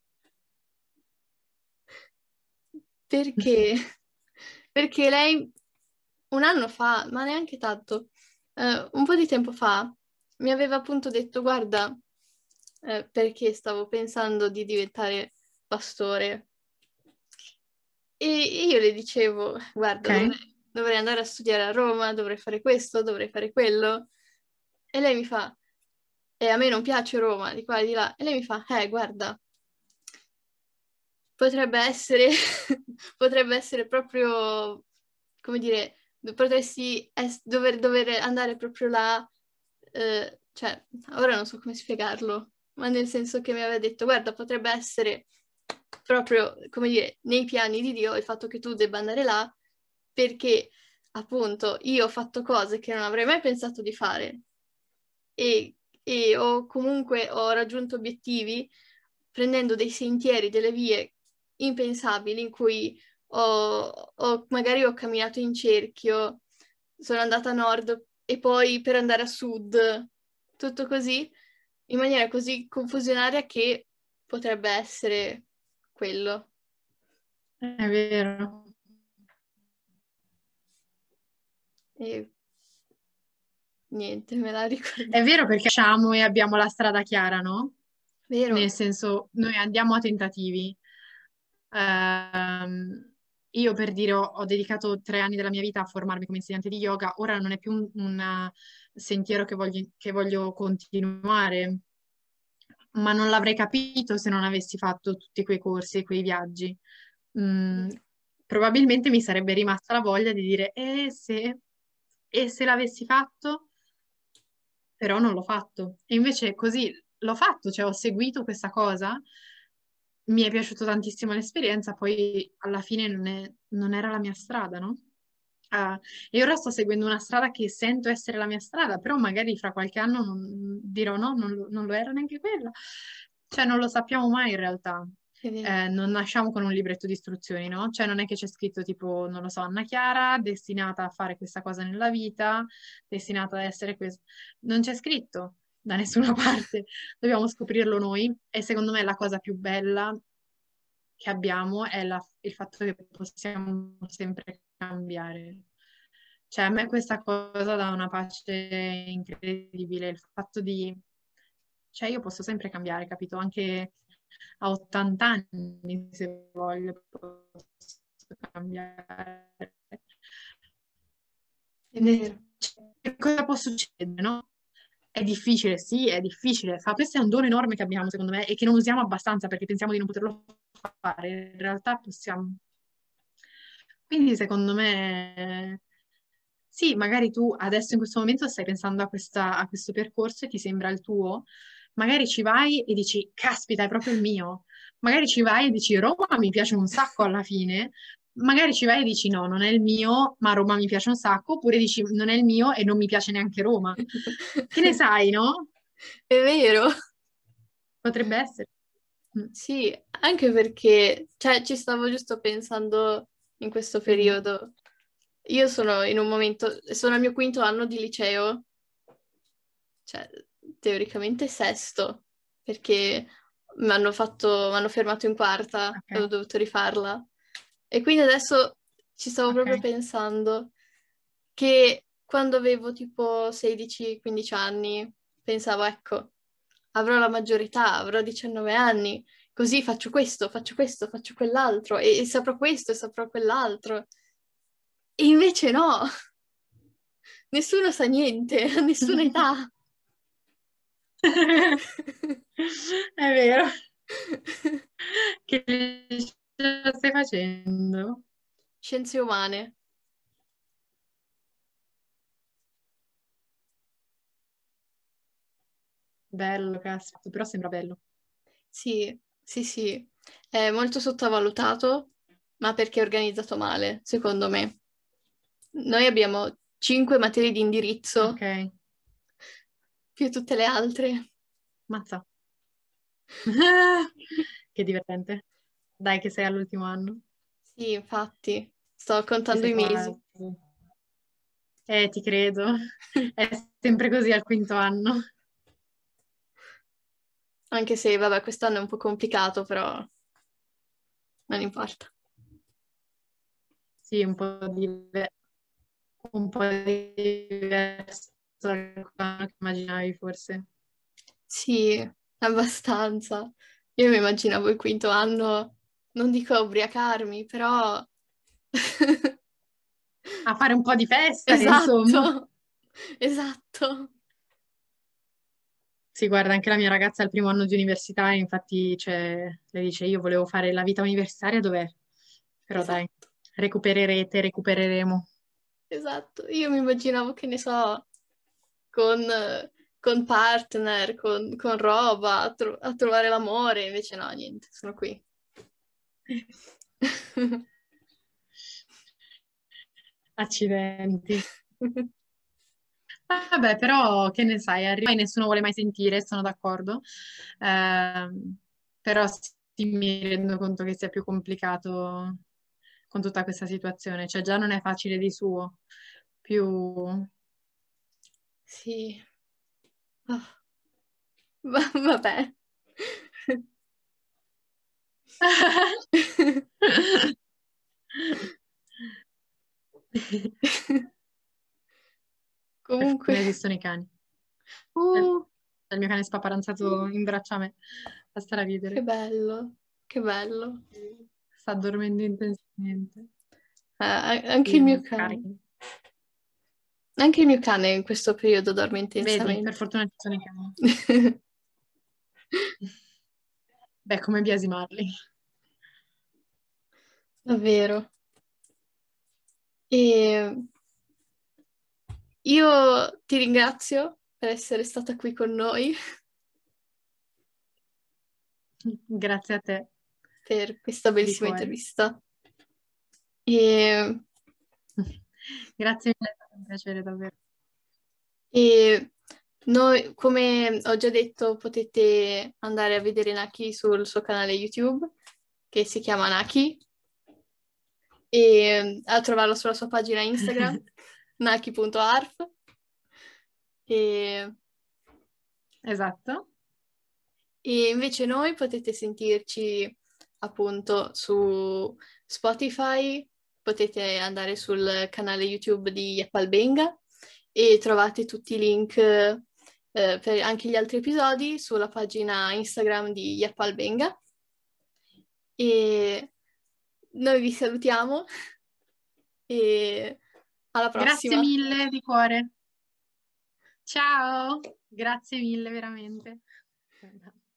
Perché? Perché lei un anno fa, ma neanche tanto, eh, un po' di tempo fa, mi aveva appunto detto, guarda, eh, perché stavo pensando di diventare pastore. E io le dicevo, guarda, Ok. dovrei, dovrei andare a studiare a Roma, dovrei fare questo, dovrei fare quello. E lei mi fa, e a me non piace Roma, di qua e di là. E lei mi fa, eh, guarda, potrebbe essere, potrebbe essere proprio, come dire, potresti es- dover, dover andare proprio là, eh, cioè, ora non so come spiegarlo, ma nel senso che mi aveva detto, guarda, potrebbe essere proprio, come dire, nei piani di Dio il fatto che tu debba andare là, perché appunto io ho fatto cose che non avrei mai pensato di fare e, e ho comunque ho raggiunto obiettivi prendendo dei sentieri, delle vie impensabili in cui ho, ho- magari ho camminato in cerchio, sono andata a nord e poi per andare a sud, tutto così, in maniera così confusionaria che potrebbe essere quello. È vero. E niente, me la ricordo. È vero perché facciamo e abbiamo la strada chiara, no? Vero? Nel senso, noi andiamo a tentativi. Ehm, io per dire ho, ho dedicato tre anni della mia vita a formarmi come insegnante di yoga, ora non è più un, un, eh, sentiero che voglio, che voglio continuare, ma non l'avrei capito se non avessi fatto tutti quei corsi e quei viaggi. Mm, probabilmente mi sarebbe rimasta la voglia di dire, e se, e se l'avessi fatto? Però non l'ho fatto. E invece così l'ho fatto, cioè ho seguito questa cosa, mi è piaciuta tantissimo l'esperienza, poi alla fine non è- non era la mia strada, no? Ah, e ora sto seguendo una strada che sento essere la mia strada, però magari fra qualche anno non- dirò no, non lo, non lo era neanche quella. Cioè non lo sappiamo mai in realtà. È vero. Eh, non nasciamo con un libretto di istruzioni, no? Cioè non è che c'è scritto tipo, non lo so, Anna Chiara, destinata a fare questa cosa nella vita, destinata ad essere questo. Non c'è scritto da nessuna parte, dobbiamo scoprirlo noi e secondo me la cosa più bella che abbiamo è la- il fatto che possiamo sempre cambiare. Cioè, a me questa cosa dà una pace incredibile, il fatto di, cioè io posso sempre cambiare, capito? Anche a ottanta anni, se voglio, posso cambiare. È Ne- vero. cioè, che cosa può succedere, no? È difficile, sì, è difficile. Fa, questo è un dono enorme che abbiamo, secondo me, e che non usiamo abbastanza perché pensiamo di non poterlo fare. In realtà possiamo. Quindi, secondo me, sì, magari tu adesso in questo momento stai pensando a questa- a questo percorso e ti sembra il tuo. Magari ci vai e dici, caspita, è proprio il mio. Magari ci vai e dici, Roma mi piace un sacco alla fine. Magari ci vai e dici, no, non è il mio, ma Roma mi piace un sacco. Oppure dici, non è il mio e non mi piace neanche Roma. Che ne sai, no? È vero. Potrebbe essere. Mm. Sì, anche perché, cioè, ci stavo giusto pensando in questo Sì. periodo. Io sono in un momento, sono al mio quinto anno di liceo, cioè, teoricamente sesto, perché mi hanno fatto, mi hanno fermato in quarta e ho Ok, dovuto rifarla. E quindi adesso ci stavo proprio ok. pensando che quando avevo tipo sedici quindici anni, pensavo, ecco, avrò la maggiorità, avrò diciannove anni, così faccio questo, faccio questo, faccio quell'altro, e, e saprò questo e saprò quell'altro. E invece no, nessuno sa niente, a nessuna età. È vero. Che liceo stai facendo? Scienze umane. Bello, caspita, però sembra bello. Sì, sì, sì. È molto sottovalutato, ma perché è organizzato male, secondo me. Noi abbiamo cinque materie di indirizzo, Ok, più tutte le altre. mazza. Che divertente. Dai, che sei all'ultimo anno. Sì, infatti, sto Ci contando sei i mesi. quasi. Eh, ti credo. È sempre così al quinto anno. Anche se, vabbè, quest'anno è un po' complicato, però non importa. Sì, un po' diver- un po' diverso da quello che immaginavi, forse. Sì, abbastanza. Io mi immaginavo il quinto anno, non dico a ubriacarmi, però... A fare un po' di festa, insomma. Esatto, esatto. Sì, guarda, anche la mia ragazza è al primo anno di università, e infatti, cioè, le dice, io volevo fare la vita universitaria, dov'è? Però dai, Esatto, recupererete, recupereremo. esatto. Io mi immaginavo, che ne so, con, eh, con partner, con, con roba, a, tro- a trovare l'amore, invece no, niente, sono qui. Accidenti. Vabbè, però che ne sai, arriva e nessuno vuole mai sentire, sono d'accordo. Ehm, però sì, mi rendo conto che sia più complicato con tutta questa situazione. Cioè, già non è facile di suo, più... Sì. Ah, va- vabbè. Comunque, Non esistono i cani. uh, Il mio cane è spaparanzato in braccio a me. Sta stare a che ridere. bello, che bello. Sta dormendo intensamente. Eh, a- anche Sì, il è mio molto cane, carico. anche il mio cane in questo periodo dorme Vedi, per intensamente. fortuna ci sono i cani. Beh, come biasimarli. Davvero. E io ti ringrazio per essere stata qui con noi Grazie a te, per questa di bellissima cuore. intervista. E, Grazie mille, è stato un piacere davvero. e noi, come ho già detto, potete andare a vedere Naki sul suo canale YouTube, che si chiama Naki, e a trovarlo sulla sua pagina Instagram, naki punto arf. E, Esatto. e invece noi potete sentirci appunto su Spotify, potete andare sul canale YouTube di Yapalbenga e trovate tutti i link eh, per anche gli altri episodi sulla pagina Instagram di Yapalbenga. E noi vi salutiamo e alla Grazie prossima. mille, di cuore. Ciao, grazie mille veramente.